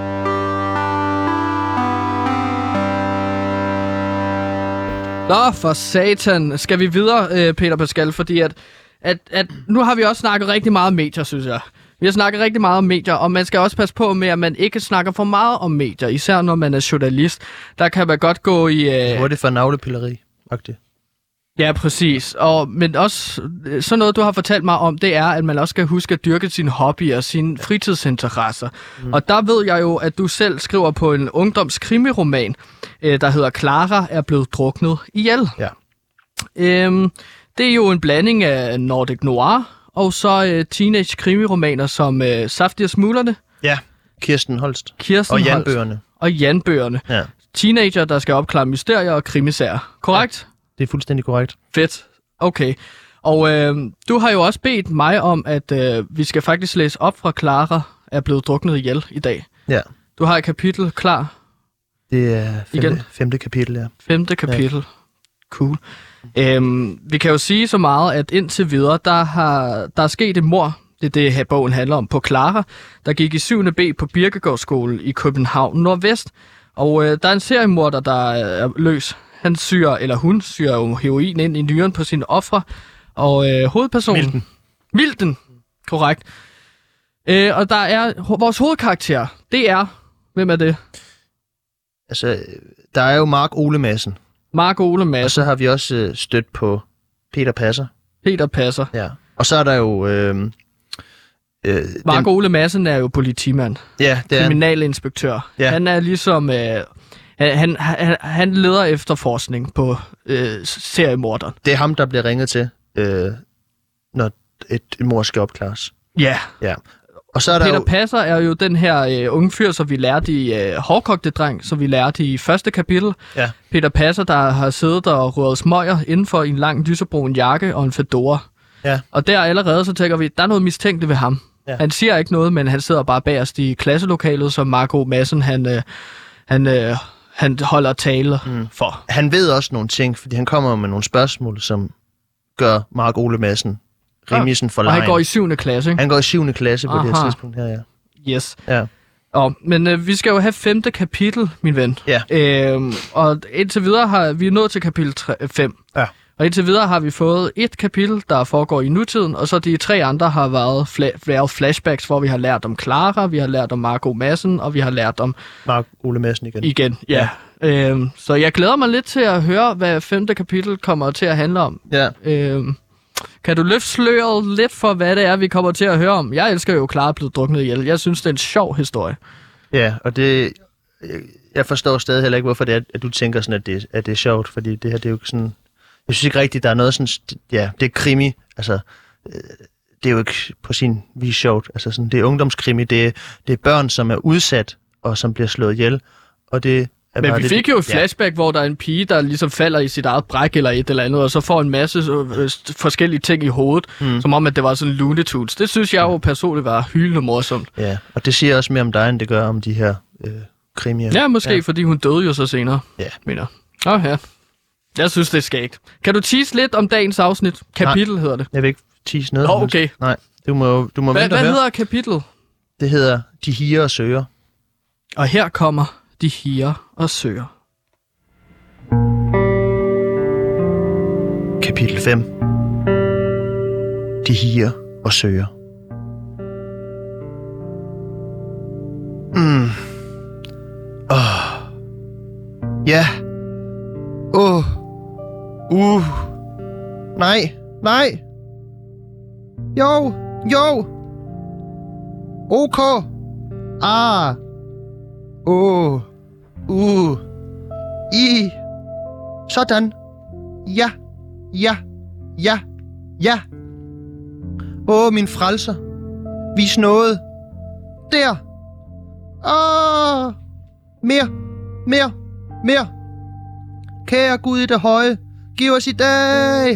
Nå, for satan. Skal vi videre, Peter Pascal? Fordi at nu har vi også snakket rigtig meget om medier, synes jeg. Vi har snakket rigtig meget om medier, og man skal også passe på med, at man ikke snakker for meget om medier. Især når man er journalist. Der kan man godt gå i... Hvor er det for navlepilleri-agtigt? Ja, præcis. Men også sådan noget, du har fortalt mig om, det er, at man også skal huske at dyrke sine hobbyer og sine fritidsinteresser. Og der ved jeg jo, at du selv skriver på en ungdomskrimiroman, der hedder Clara er blevet druknet ihjel. Ja. Det er jo en blanding af Nordic Noir og så teenage-krimiromaner som Saftig og Smuglerne. Ja, Kirsten Holst. Og Jan-bøgerne. Og Jan-bøgerne. Ja. Teenager, der skal opklare mysterier og krimisager. Korrekt? Ja, det er fuldstændig korrekt. Fedt. Okay. Og du har jo også bedt mig om, at vi skal faktisk læse op fra Clara er blevet druknet ihjel i dag. Ja. Du har et kapitel klar. Det er femte kapitel, ja. Femte kapitel. Ja. Cool. Vi kan jo sige så meget, at indtil videre, der er sket et mord. Det er det, her bogen handler om. På Clara, der gik i 7. B på Birkegårdsskolen i København Nordvest. Og der er en seriemorder, der er løs. Hun syrer jo heroin ind i nyren på sine ofre. Og hovedpersonen... Milden. Korrekt. Og der er vores hovedkarakter. Det er... Hvem er det? Altså, der er jo Mark Ole Madsen. Mark Ole Madsen. Og så har vi også stødt på Peter Passer. Peter Passer. Ja. Og så er der jo... Mark Ole Madsen er jo politimand. Ja, det er kriminalinspektør. Ja. Han er ligesom... Han leder efterforskning på seriemorderen. Det er ham, der bliver ringet til, når et mord skal opklares. Ja. Ja. Og så er der Peter Passer er jo den her unge fyr, som vi lærte i Hårdkogte Dreng, som vi lærte i første kapitel. Ja. Peter Passer, der har siddet og røret smøger indenfor i en lang lysebrun jakke og en fedora. Ja. Og der allerede så tænker vi, der er noget mistænkeligt ved ham. Ja. Han siger ikke noget, men han sidder bare bagerst i klasselokalet, som Marco Madsen, han holder tale for. Han ved også nogle ting, fordi han kommer med nogle spørgsmål, som gør Mark Ole Madsen rimelig sådan for og han går i 7. klasse, ikke? Han går i 7. klasse på det her tidspunkt her, ja. Yes. Ja. Men vi skal jo have 5. kapitel, min ven. Ja. Og indtil videre har vi nået til kapitel 5. Ja. Og indtil videre har vi fået et kapitel, der foregår i nutiden, og så de 3 andre har været flashbacks, hvor vi har lært om Clara, vi har lært om Marco Madsen, og vi har lært om... Mark Ole Madsen igen. Ja. Så jeg glæder mig lidt til at høre, hvad 5. kapitel kommer til at handle om. Ja. Kan du løfte sløret lidt for, hvad det er, vi kommer til at høre om? Jeg elsker jo Clara blevet druknet ihjel. Jeg synes, det er en sjov historie. Ja, og det... Jeg forstår stadig heller ikke, hvorfor det er, at du tænker sådan, at det er sjovt, fordi det her, det er jo sådan... Jeg synes ikke rigtigt, der er noget sådan... Ja, det er krimi. Altså, det er jo ikke på sin vis sjovt. Altså, sådan, det er ungdomskrimi. Det er børn, som er udsat, og som bliver slået ihjel. Og det er men vi fik jo et flashback, hvor der er en pige, der ligesom falder i sit eget bræk eller et eller andet, og så får en masse forskellige ting i hovedet, som om, at det var sådan Looney Tunes. Det synes jeg jo personligt var hyldende morsomt. Ja, og det siger også mere om dig, end det gør om de her krimier. Ja, måske, fordi hun døde jo så senere. Ja. Mener. Ja. Jeg synes, det er skægt. Kan du tease lidt om dagens afsnit? Kapitel hedder det. Jeg vil ikke tease noget. Okay. Nej, du må Hvad hedder kapitlet? Det hedder De higer og søger. Og her kommer De higer og søger. Kapitel 5. De higer og søger. Ja. Nej. Jo. OK. I. Sådan. Ja. Min frelser. Vis noget. Der. Mere. Kære Gud i det høje, giv os i dag.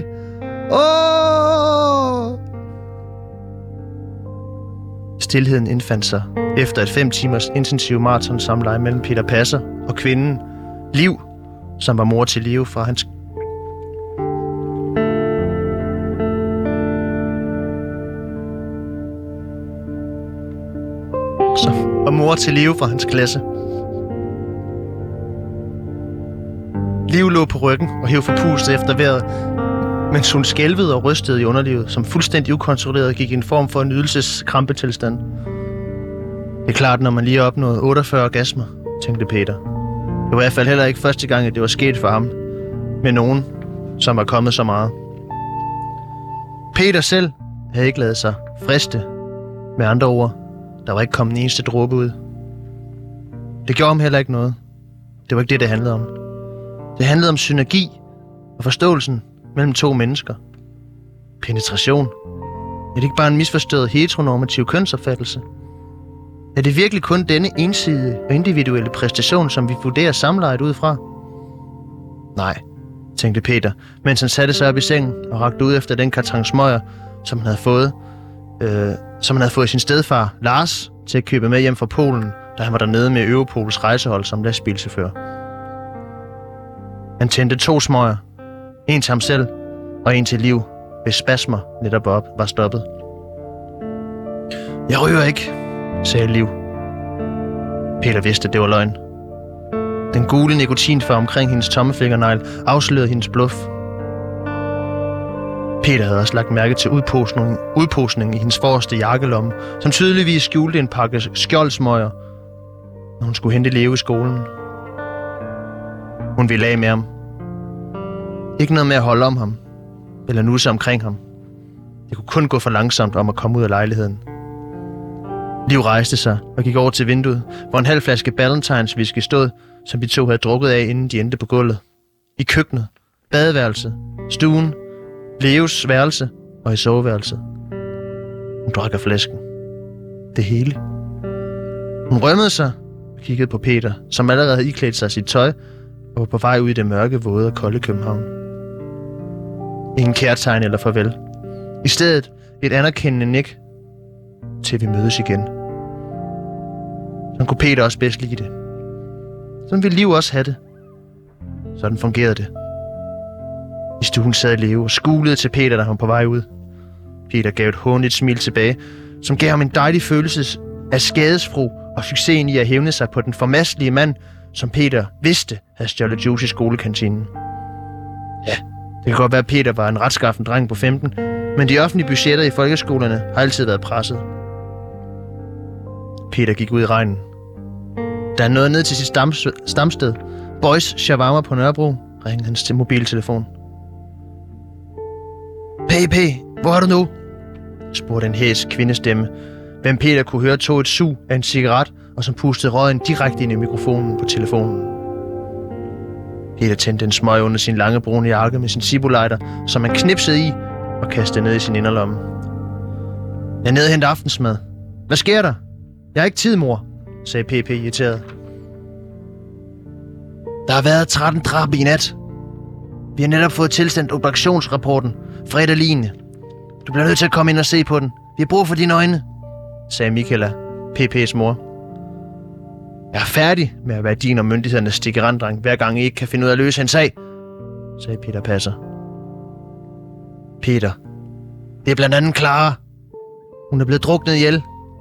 Stilheden indfandt sig efter et 5 timers intensiv maratonsamleje mellem Peter Passer og kvinden Liv, som var mor til Leo fra hans... klasse. Liv lå på ryggen og hæv forpustet efter vejret, mens hun skælvede og rystede i underlivet, som fuldstændig ukontrolleret gik i en form for nydelseskrampetilstand. Det er klart, når man lige har opnået 48 orgasmer, tænkte Peter. Det var i hvert fald heller ikke første gang, at det var sket for ham, med nogen, som var kommet så meget. Peter selv havde ikke ladet sig friste. Med andre ord, der var ikke kommet en eneste dråbe ud. Det gjorde ham heller ikke noget. Det var ikke det handlede om. Det handlede om synergi og forståelsen mellem 2 mennesker. Penetration. Er det ikke bare en misforstået heteronormativ kønsopfattelse? Er det virkelig kun denne ensidige og individuelle præstation, som vi vurderer samlejet ud fra? Nej, tænkte Peter, mens han satte sig op i sengen og rakte ud efter den karton smøger, som han havde fået sin stedfar, Lars, til at købe med hjem fra Polen, da han var dernede med Europols rejsehold som lastbilchauffør. Han tændte 2 smøger. En til ham selv, og en til Liv, hvis spasmer netop var stoppet. Jeg ryger ikke, sagde Liv. Peter vidste, det var løgn. Den gule nikotinfarve omkring hendes tommelfingernegl afslørede hendes bluff. Peter havde også lagt mærke til udposningen i hendes forreste jakkelomme, som tydeligvis skjulte en pakke skjoldsmøger, når hun skulle hente Leo i skolen. Hun ville af med ham. Ikke noget med at holde om ham, eller nusse omkring ham. Det kunne kun gå for langsomt om at komme ud af lejligheden. Liv rejste sig og gik over til vinduet, hvor en halv flaske Ballantines whisky stod, som de 2 havde drukket af, inden de endte på gulvet. I køkkenet, badeværelset, stuen, Leos værelse og i soveværelset. Hun drak af flasken. det hele. Hun rømmede sig og kiggede på Peter, som allerede havde iklædt sig sit tøj og var på vej ud i det mørke, våde og kolde København. Ingen kærtegn eller farvel. I stedet et anerkendende nik, til vi mødes igen. Sådan kunne Peter også bedst lide det. Sådan ville Liv også have det. Sådan fungerede det. I stuen sad Leo og skulede til Peter, da han var på vej ud. Peter gav et hånligt smil tilbage, som gav ham en dejlig følelse af skadesfro og succesen i at hævne sig på den formastelige mand, som Peter vidste havde stjålet juice i skolekantinen. Ja, det kan godt være, at Peter var en retskaffen dreng på 15, men de offentlige budgetter i folkeskolerne har altid været presset. Peter gik ud i regnen. Da han nåede ned til sit stamsted, Boys Shawarma på Nørrebro, ringede hans til mobiltelefon. P, hvor er du nu? Spurgte en hæs kvindestemme, hvem Peter kunne høre tog et sug af en cigaret, og som pustede røgen direkte ind i mikrofonen på telefonen. Peter tændte en smøg under sin lange brune jakke med sin Zippo-lighter, som han knipsede i og kastede ned i sin inderlomme. Jeg er nede og hente aftensmad. Hvad sker der? Jeg har ikke tid, mor, sagde PP irriteret. Der har været 13 drab i nat. Vi har netop fået tilsendt obduktionsrapporten. Fredag 9. Du bliver nødt til at komme ind og se på den. Vi har brug for dine øjne, sagde Michaela, PP's mor. Jeg er færdig med at være din og myndighedernes stikkeranddreng, hver gang I ikke kan finde ud af at løse en sag, sagde Peter Passer. Peter, det er blandt andet Clara. Hun er blevet druknet ihjel.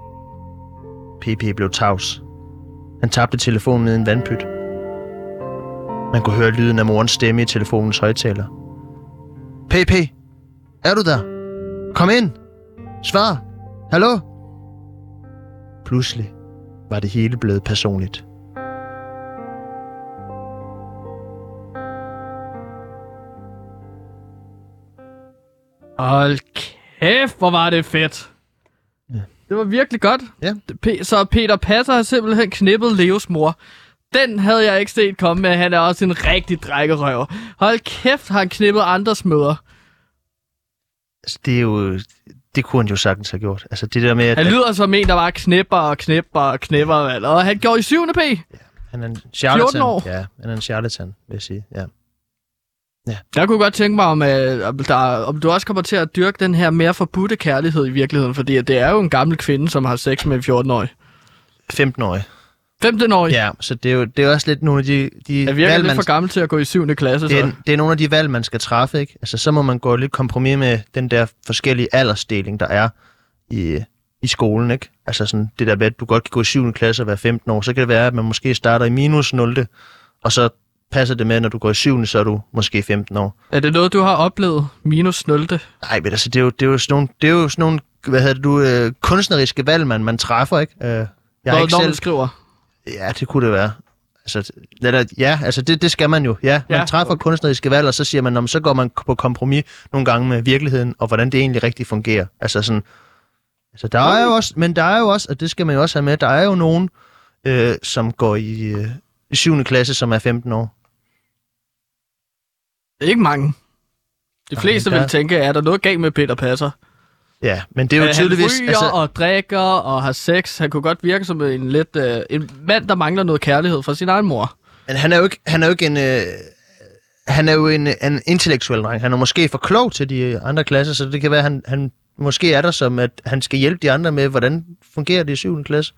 PP blev tavs. Han tabte telefonen ned i en vandpyt. Man kunne høre lyden af morens stemme i telefonens højttaler. PP, er du der? Kom ind. Svar. Hallo? Pludselig var det hele blevet personligt. Hold kæft, hvor var det fedt. Ja. Det var virkelig godt. Ja. Så Peter Passer har simpelthen knippet Leos mor. Den havde jeg ikke set komme med. Han er også en rigtig drækkerøv. Hold kæft, har han knippet andres møder. Altså, det kunne han jo sagtens have gjort. Altså, det der med, at han lyder som en, der bare knipper. Og han går i 7. P. Ja, han er en charlatan. 14 år. Ja, han er en charlatan, vil jeg sige. Ja. Ja. Jeg kunne godt tænke mig, om du også kommer til at dyrke den her mere forbudte kærlighed i virkeligheden, fordi det er jo en gammel kvinde, som har sex med en 14-årig. 15-årig. 15-årig? Ja, så det er også lidt nogle af de jeg virker lidt for gammel til at gå i 7. klasse. Det er nogle af de valg, man skal træffe, ikke? Altså, så må man gå lidt kompromis med den der forskellige aldersdeling, der er i skolen, ikke? Altså sådan det der med, at du godt kan gå i 7. klasse og være 15 år, så kan det være, at man måske starter i minus 0. Og så passer det med, når du går i 7. så er du måske 15 år. Er det noget, du har oplevet? Minus 0? Nej, men altså, det er jo sådan nogle, kunstneriske valg, man træffer, ikke? Når man skriver? Ja, det kunne det være. Altså, det skal man jo. Ja, man træffer kunstneriske valg, og så siger man, så går man på kompromis nogle gange med virkeligheden, og hvordan det egentlig rigtig fungerer. Altså sådan, der er jo også, og det skal man jo også have med, der er jo nogen, som går i 7. klasse, som er 15 år. Det er ikke mange. De fleste vil tænke, er der noget galt med Peter Passer? Ja, men det er jo tydeligvis... Han ryger og drikker og har sex. Han kunne godt virke som en mand, der mangler noget kærlighed fra sin egen mor. Men han er jo en intellektuel dreng. Han er måske for klog til de andre klasser, så det kan være, at han måske er der som, at han skal hjælpe de andre med, hvordan fungerer det i 7. klasse.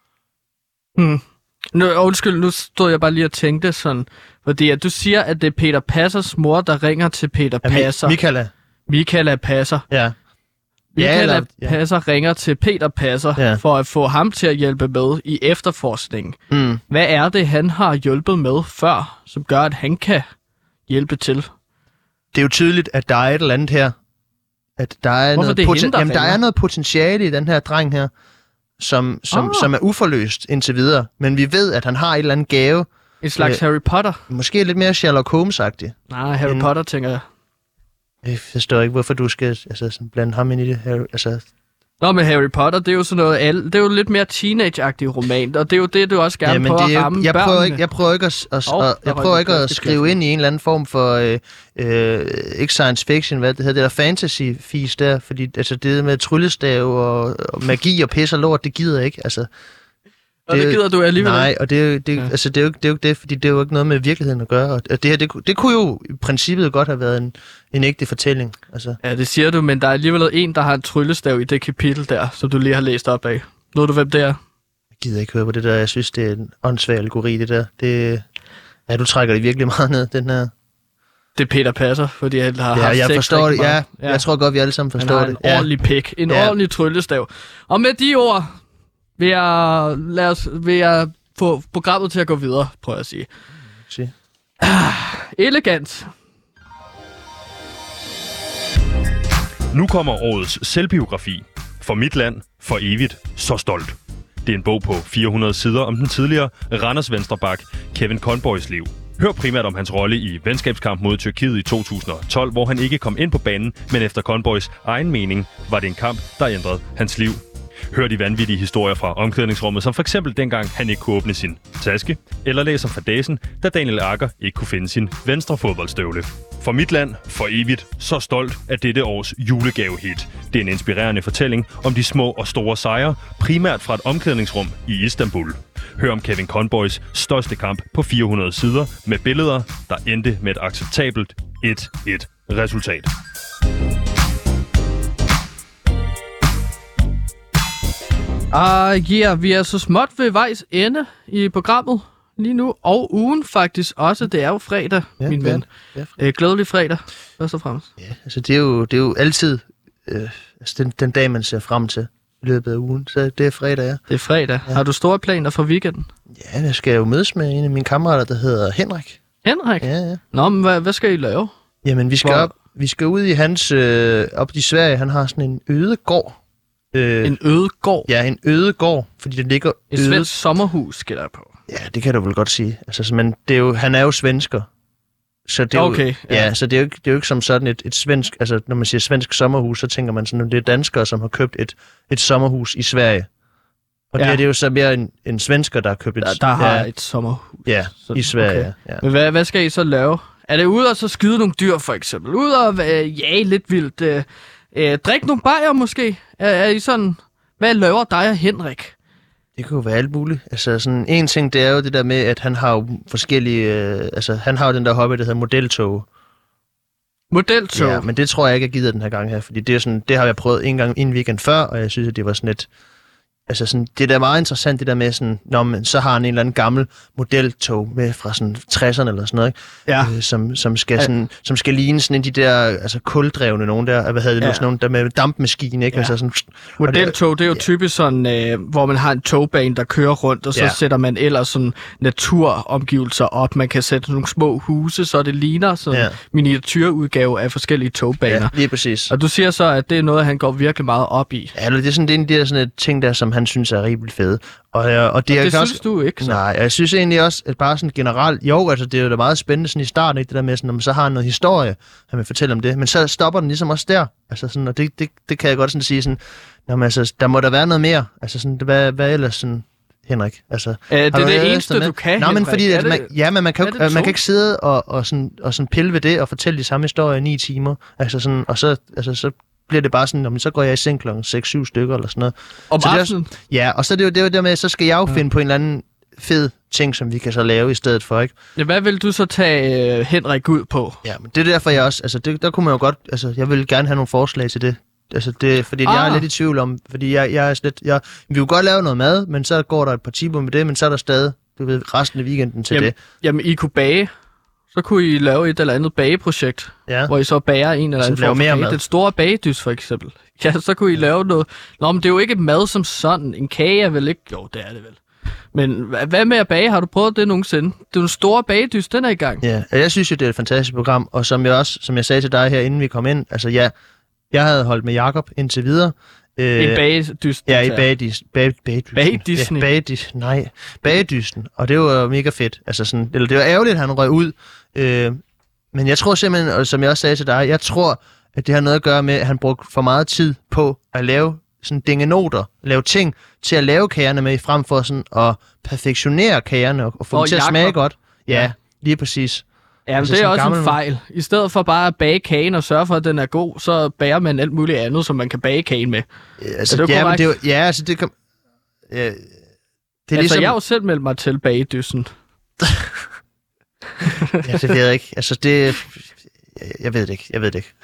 Nu stod jeg bare lige og tænkte sådan, fordi at du siger, at det er Peter Passers mor, der ringer til Peter Passer. Michaela Passer. Ja. Michaela Passer ringer til Peter Passer for at få ham til at hjælpe med i efterforskningen. Hvad er det, han har hjulpet med før, som gør, at han kan hjælpe til? Det er jo tydeligt, at der er et eller andet her. At der er der er noget potentiale i den her dreng her, som er uforløst indtil videre. Men vi ved, at han har et eller andet gave. En slags Harry Potter? Måske lidt mere Sherlock Holmes-agtigt. Nej, Harry Potter, tænker jeg. Jeg forstår ikke, hvorfor du skal blande ham ind i det her. Nå, men Harry Potter, det er jo sådan noget, det er jo lidt mere teenage-agtig roman, og det er jo det, du også gerne prøver at ramme børnene. Jeg prøver ikke at skrive ind i en eller anden form for, ikke science fiction, hvad det hedder, det der fantasy-fis der, fordi altså, det med tryllestav og magi og pis og lort, det gider jeg ikke, altså. Og det gider du alligevel. Nej, og det er jo ikke det, fordi det er jo ikke noget med virkeligheden at gøre. Og det her, det kunne jo i princippet godt have været en ægte fortælling. Altså. Ja, det siger du, men der er alligevel en, der har en tryllestav i det kapitel der, som du lige har læst op af. Ved du, hvem det er? Jeg gider ikke høre på det der. Jeg synes, det er en åndssvag algori, det der. Ja, du trækker det virkelig meget ned, den her. Det er Peter Passer, fordi han har haft jeg sex forstår det. Ja, ja, jeg tror godt, vi alle sammen forstår det. Han har en ordentlig pik, en ordentlig tryllestav. Og med de ord vil jeg få programmet til at gå videre, prøver jeg at sige. Elegant. Nu kommer årets selvbiografi. For mit land, for evigt, så stolt. Det er en bog på 400 sider om den tidligere Randers venstreback Kevin Conboys liv. Hør primært om hans rolle i venskabskamp mod Tyrkiet i 2012, hvor han ikke kom ind på banen, men efter Conboys egen mening var det en kamp, der ændrede hans liv. Hør de vanvittige historier fra omklædningsrummet, som for eksempel dengang han ikke kunne åbne sin taske, eller læs om fadæsen, da Daniel Agger ikke kunne finde sin venstre fodboldstøvle. For mit land, for evigt, så stolt af dette års julegavehit. Det er en inspirerende fortælling om de små og store sejre, primært fra et omklædningsrum i Istanbul. Hør om Kevin Conboys største kamp på 400 sider med billeder, der endte med et acceptabelt 1-1 resultat. Vi er så småt ved vejs ende i programmet lige nu, og ugen faktisk også. Det er jo fredag, min ven. Ja. Glædelig fredag, først og fremmest. Ja, altså det er jo altid den dag, man ser frem til i løbet af ugen. Så det er fredag, ja. Det er fredag. Ja. Har du store planer for weekenden? Ja, jeg skal jo mødes med en af mine kammerater, der hedder Henrik. Henrik? Ja. Nå, men hvad skal I lave? Jamen, vi skal ud i hans... op i Sverige, han har sådan en øde gård. En øde gård? Ja, en øde gård, fordi det ligger et svensk sommerhus, skal der på. Ja, det kan du vel godt sige. Altså, men det er jo, han er jo svensker. Så det er okay, jo, så det er jo ikke som sådan et svensk... Altså, når man siger svensk sommerhus, så tænker man sådan, at det er danskere, som har købt et sommerhus i Sverige. Og det er jo så mere en svensker, der har købt et... Der har et sommerhus. Ja, i Sverige, okay. Ja. Men hvad skal I så lave? Er det ude og så skyde nogle dyr, for eksempel? Ude og jage lidt vildt... Drik nogle bajer måske? Er I sådan... Hvad laver dig og Henrik? Det kunne jo være alt muligt. Altså sådan en ting, det er jo det der med, at han har jo forskellige... han har jo den der hobby, der hedder modeltog. Modeltog? Ja, men det tror jeg ikke, jeg gider den her gang her, fordi det er sådan, det har jeg prøvet en gang en weekend før, og jeg synes, at det var sådan et... Altså sådan, det er da meget interessant, det der med sådan, men så har han en eller anden gammel modeltog med fra sådan 60'erne eller sådan noget, ikke? Ja. Som skal ligne sådan en de der, altså kuldrevne nogen der, hvad hedder det nu, sådan nogen der med dampmaskine, ikke? Ja. Altså sådan, modeltog, det er jo typisk sådan, hvor man har en togbane, der kører rundt, og så sætter man ellers sådan naturomgivelser op. Man kan sætte nogle små huse, så det ligner sådan en miniatyrudgave af forskellige togbaner. Ja, lige præcis. Og du siger så, at det er noget, han går virkelig meget op i. Ja, det er sådan, det er en af de der sådan et ting der, som han synes er rigtig fede. Og det synes også, du ikke, så? Nej, jeg synes egentlig også, at bare sådan generelt, altså det er jo da meget spændende sådan i starten, ikke, det der med sådan, så har han noget historie, han vil fortælle om det, men så stopper den ligesom også der. Altså sådan, og det kan jeg godt sådan sige sådan, altså, der må der være noget mere. Altså sådan, hvad ellers sådan, Henrik? Altså, det er det eneste, du kan, Henrik? Men fordi, man kan ikke sidde og sådan pille ved det og fortælle de samme historier i 9 timer. Altså sådan, og så bliver det bare sådan, så går jeg i seng kl. 6-7 stykker eller sådan noget. Om aftenen? Ja, og så er det jo der med, så skal jeg jo finde på en eller anden fed ting, som vi kan så lave i stedet for, ikke? Ja, hvad vil du så tage Henrik ud på? Ja, men det er derfor, jeg også, altså der kunne man jo godt, altså jeg vil gerne have nogle forslag til det. Altså det, fordi jeg er lidt i tvivl om, fordi jeg er slet, vi vil godt lave noget mad, men så går der et par timer med det, men så er der stadig, du ved, resten af weekenden til det. Jamen, I kunne bage. Så kunne I lave et eller andet bageprojekt, hvor I så bager en eller anden form for kage. Den store bagedys, for eksempel. Ja, så kunne I lave noget. Nå, men det er jo ikke mad som sådan. En kage er vel ikke... Jo, det er det vel. Men hvad med at bage? Har du prøvet det nogensinde? Det er en store bagedys, den er i gang. Ja, jeg synes jo, det er et fantastisk program. Og som jeg sagde til dig her, inden vi kom ind, altså jeg havde holdt med Jakob indtil videre. En bagedys. Ja, i bagdysten. Bagedysten. Og det var mega fedt. Altså sådan, eller det var ærgerligt, at han røg ud. Men jeg tror simpelthen, og som jeg også sagde til dig, jeg tror, at det har noget at gøre med, at han brugte for meget tid på at lave sådan dingenoter, lave ting til at lave kagerne med, frem for sådan at perfektionere kagerne og få dem til at smage godt. Ja, lige præcis. Ja, men det er også en fejl. I stedet for bare at bage kagen og sørge for, at den er god, så bager man alt muligt andet, som man kan bage kagen med. Altså, det er jo, ja, altså det kan... det er altså, ligesom... jeg har jo selv meldt mig til bagedyssen. Ja, det ved jeg ikke. Altså, det... Jeg ved det ikke.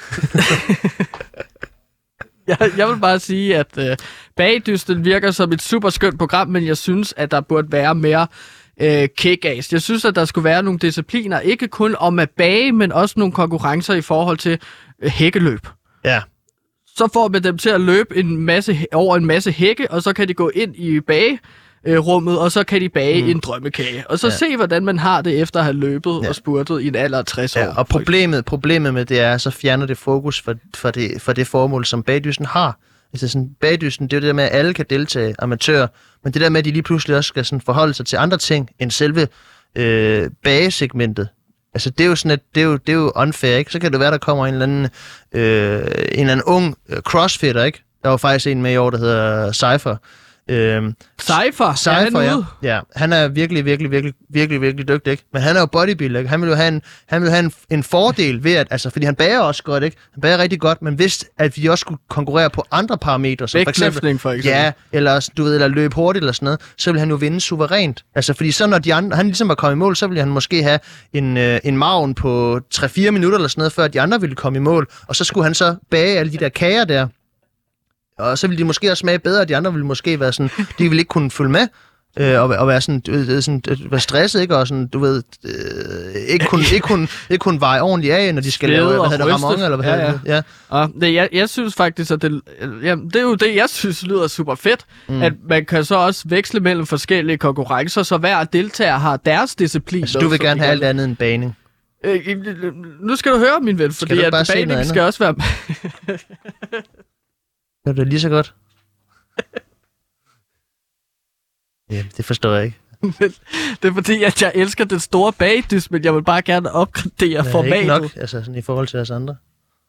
Jeg vil bare sige, at bagedysten virker som et super skønt program, men jeg synes, at der burde være mere kick-ass. Jeg synes, at der skulle være nogle discipliner, ikke kun om at bage, men også nogle konkurrencer i forhold til hækkeløb. Ja. Så får man dem til at løbe over en masse hække, og så kan de gå ind i bagerummet, og så kan de bage en drømmekage. Og så se, hvordan man har det efter at have løbet og spurtet i en alder af 60 år. Og problemet med det er, så fjerner det fokus for det formål, som bagdysten har. Altså sådan, bagdysten, det er jo det der med, at alle kan deltage, amatører, men det der med, at de lige pludselig også skal sådan forholde sig til andre ting end selve bagesegmentet. Altså det er jo sådan, at det er jo unfair, ikke? Så kan det være, der kommer en eller anden ung crossfitter, ikke? Der var faktisk en med i år, der hedder Cypher. Cypher, ja. Han er virkelig dygtig, ikke? Men han er jo bodybuilder, ikke? Han vil jo have en fordel ved at, altså, fordi han bager også godt, ikke? Han bager rigtig godt, men hvis at vi også skulle konkurrere på andre parametre, som for eksempel, ja, eller du ved, eller løbe hurtigt eller sådan noget, så vil han jo vinde suverænt. Altså, fordi så når de andre, han ligesom var kommet i mål, så ville han måske have en margen på 3-4 minutter eller sådan noget, før de andre ville komme i mål, og så skulle han så bage alle de der kager der. Og så ville de måske også smage bedre, og de andre ville måske være sådan, de ville ikke kunne følge med, og være sådan, være stresset, ikke? Og sådan, du ved, ikke kunne veje ordentligt af, når de skal lave, ramon, eller hvad ja. Jeg synes faktisk, at det er jo det, jeg synes lyder super fedt, at man kan så også veksle mellem forskellige konkurrencer, så hver deltager har deres disciplin. Altså, du vil gerne have alt andet end baning? Nu skal du høre, min ven, fordi at baning skal også være... Det er lige så godt. Ja, det forstår jeg ikke. Det er fordi, at jeg elsker den store bagdyst, men jeg vil bare gerne opgradere formatet. Ikke nok, altså sådan i forhold til os andre.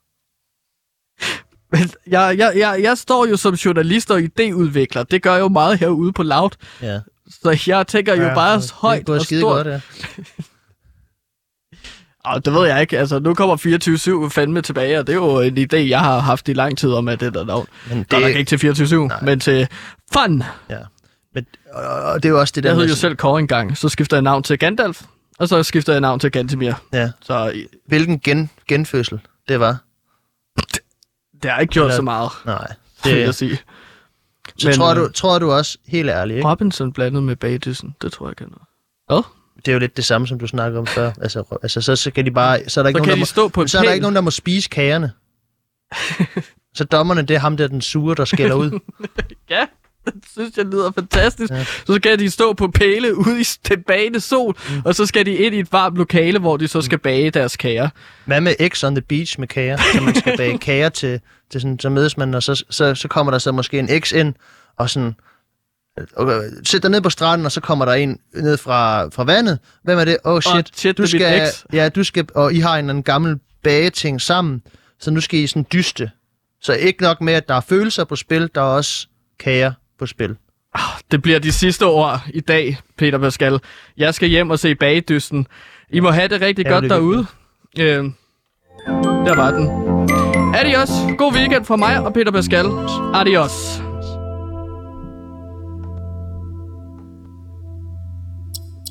Men jeg står jo som journalist og idéudvikler. Det gør jeg jo meget herude på Loud. Ja. Så jeg tænker jo bare højt og stort. Godt, ja. Det ved jeg ikke. Altså, nu kommer 24/7 fandme tilbage, og det er jo en idé, jeg har haft i lang tid om, at det der navn. Det er ikke til 24/7, men til fun. Ja. Men, og det er jo også det der... Jeg hed jo selv Kåre engang, så skifter jeg navn til Gandalf, og så skifter jeg navn til Gantemir. Ja. Så, hvilken genfødsel det var? Det har ikke gjort så meget. Nej. Det vil jeg sige. Så men, tror du også, helt ærligt, ikke? Robinson blandet med bagdyssen, det tror jeg kan noget. Hvad? Det er jo lidt det samme, som du snakker om før. Altså så kan de bare... Så er der ikke nogen, der må spise kagerne. Så dommerne, det er ham der, den sure, der skælder ud. Ja, det synes jeg lyder fantastisk. Ja. Så skal de stå på pæle ude i den bagende sol, og så skal de ind i et varmt lokale, hvor de så skal bage deres kager. Hvad med X on the beach med kager? Så man skal bage kager til sådan, så mødes man, og så kommer der så måske en X ind, og sådan... Sæt dig ned på stranden, og så kommer der en ned fra vandet. Hvem er det? Shit, du skal, og I har en eller anden gammel bageting sammen, så nu skal I sådan dyste. Så ikke nok med, at der er følelser på spil, der er også kager på spil. Det bliver de sidste ord i dag, Peter Pascal. Jeg skal hjem og se bagedysten. I må have det rigtig godt derude. Der var den. Adios. God weekend fra mig og Peter Pascal. Adios.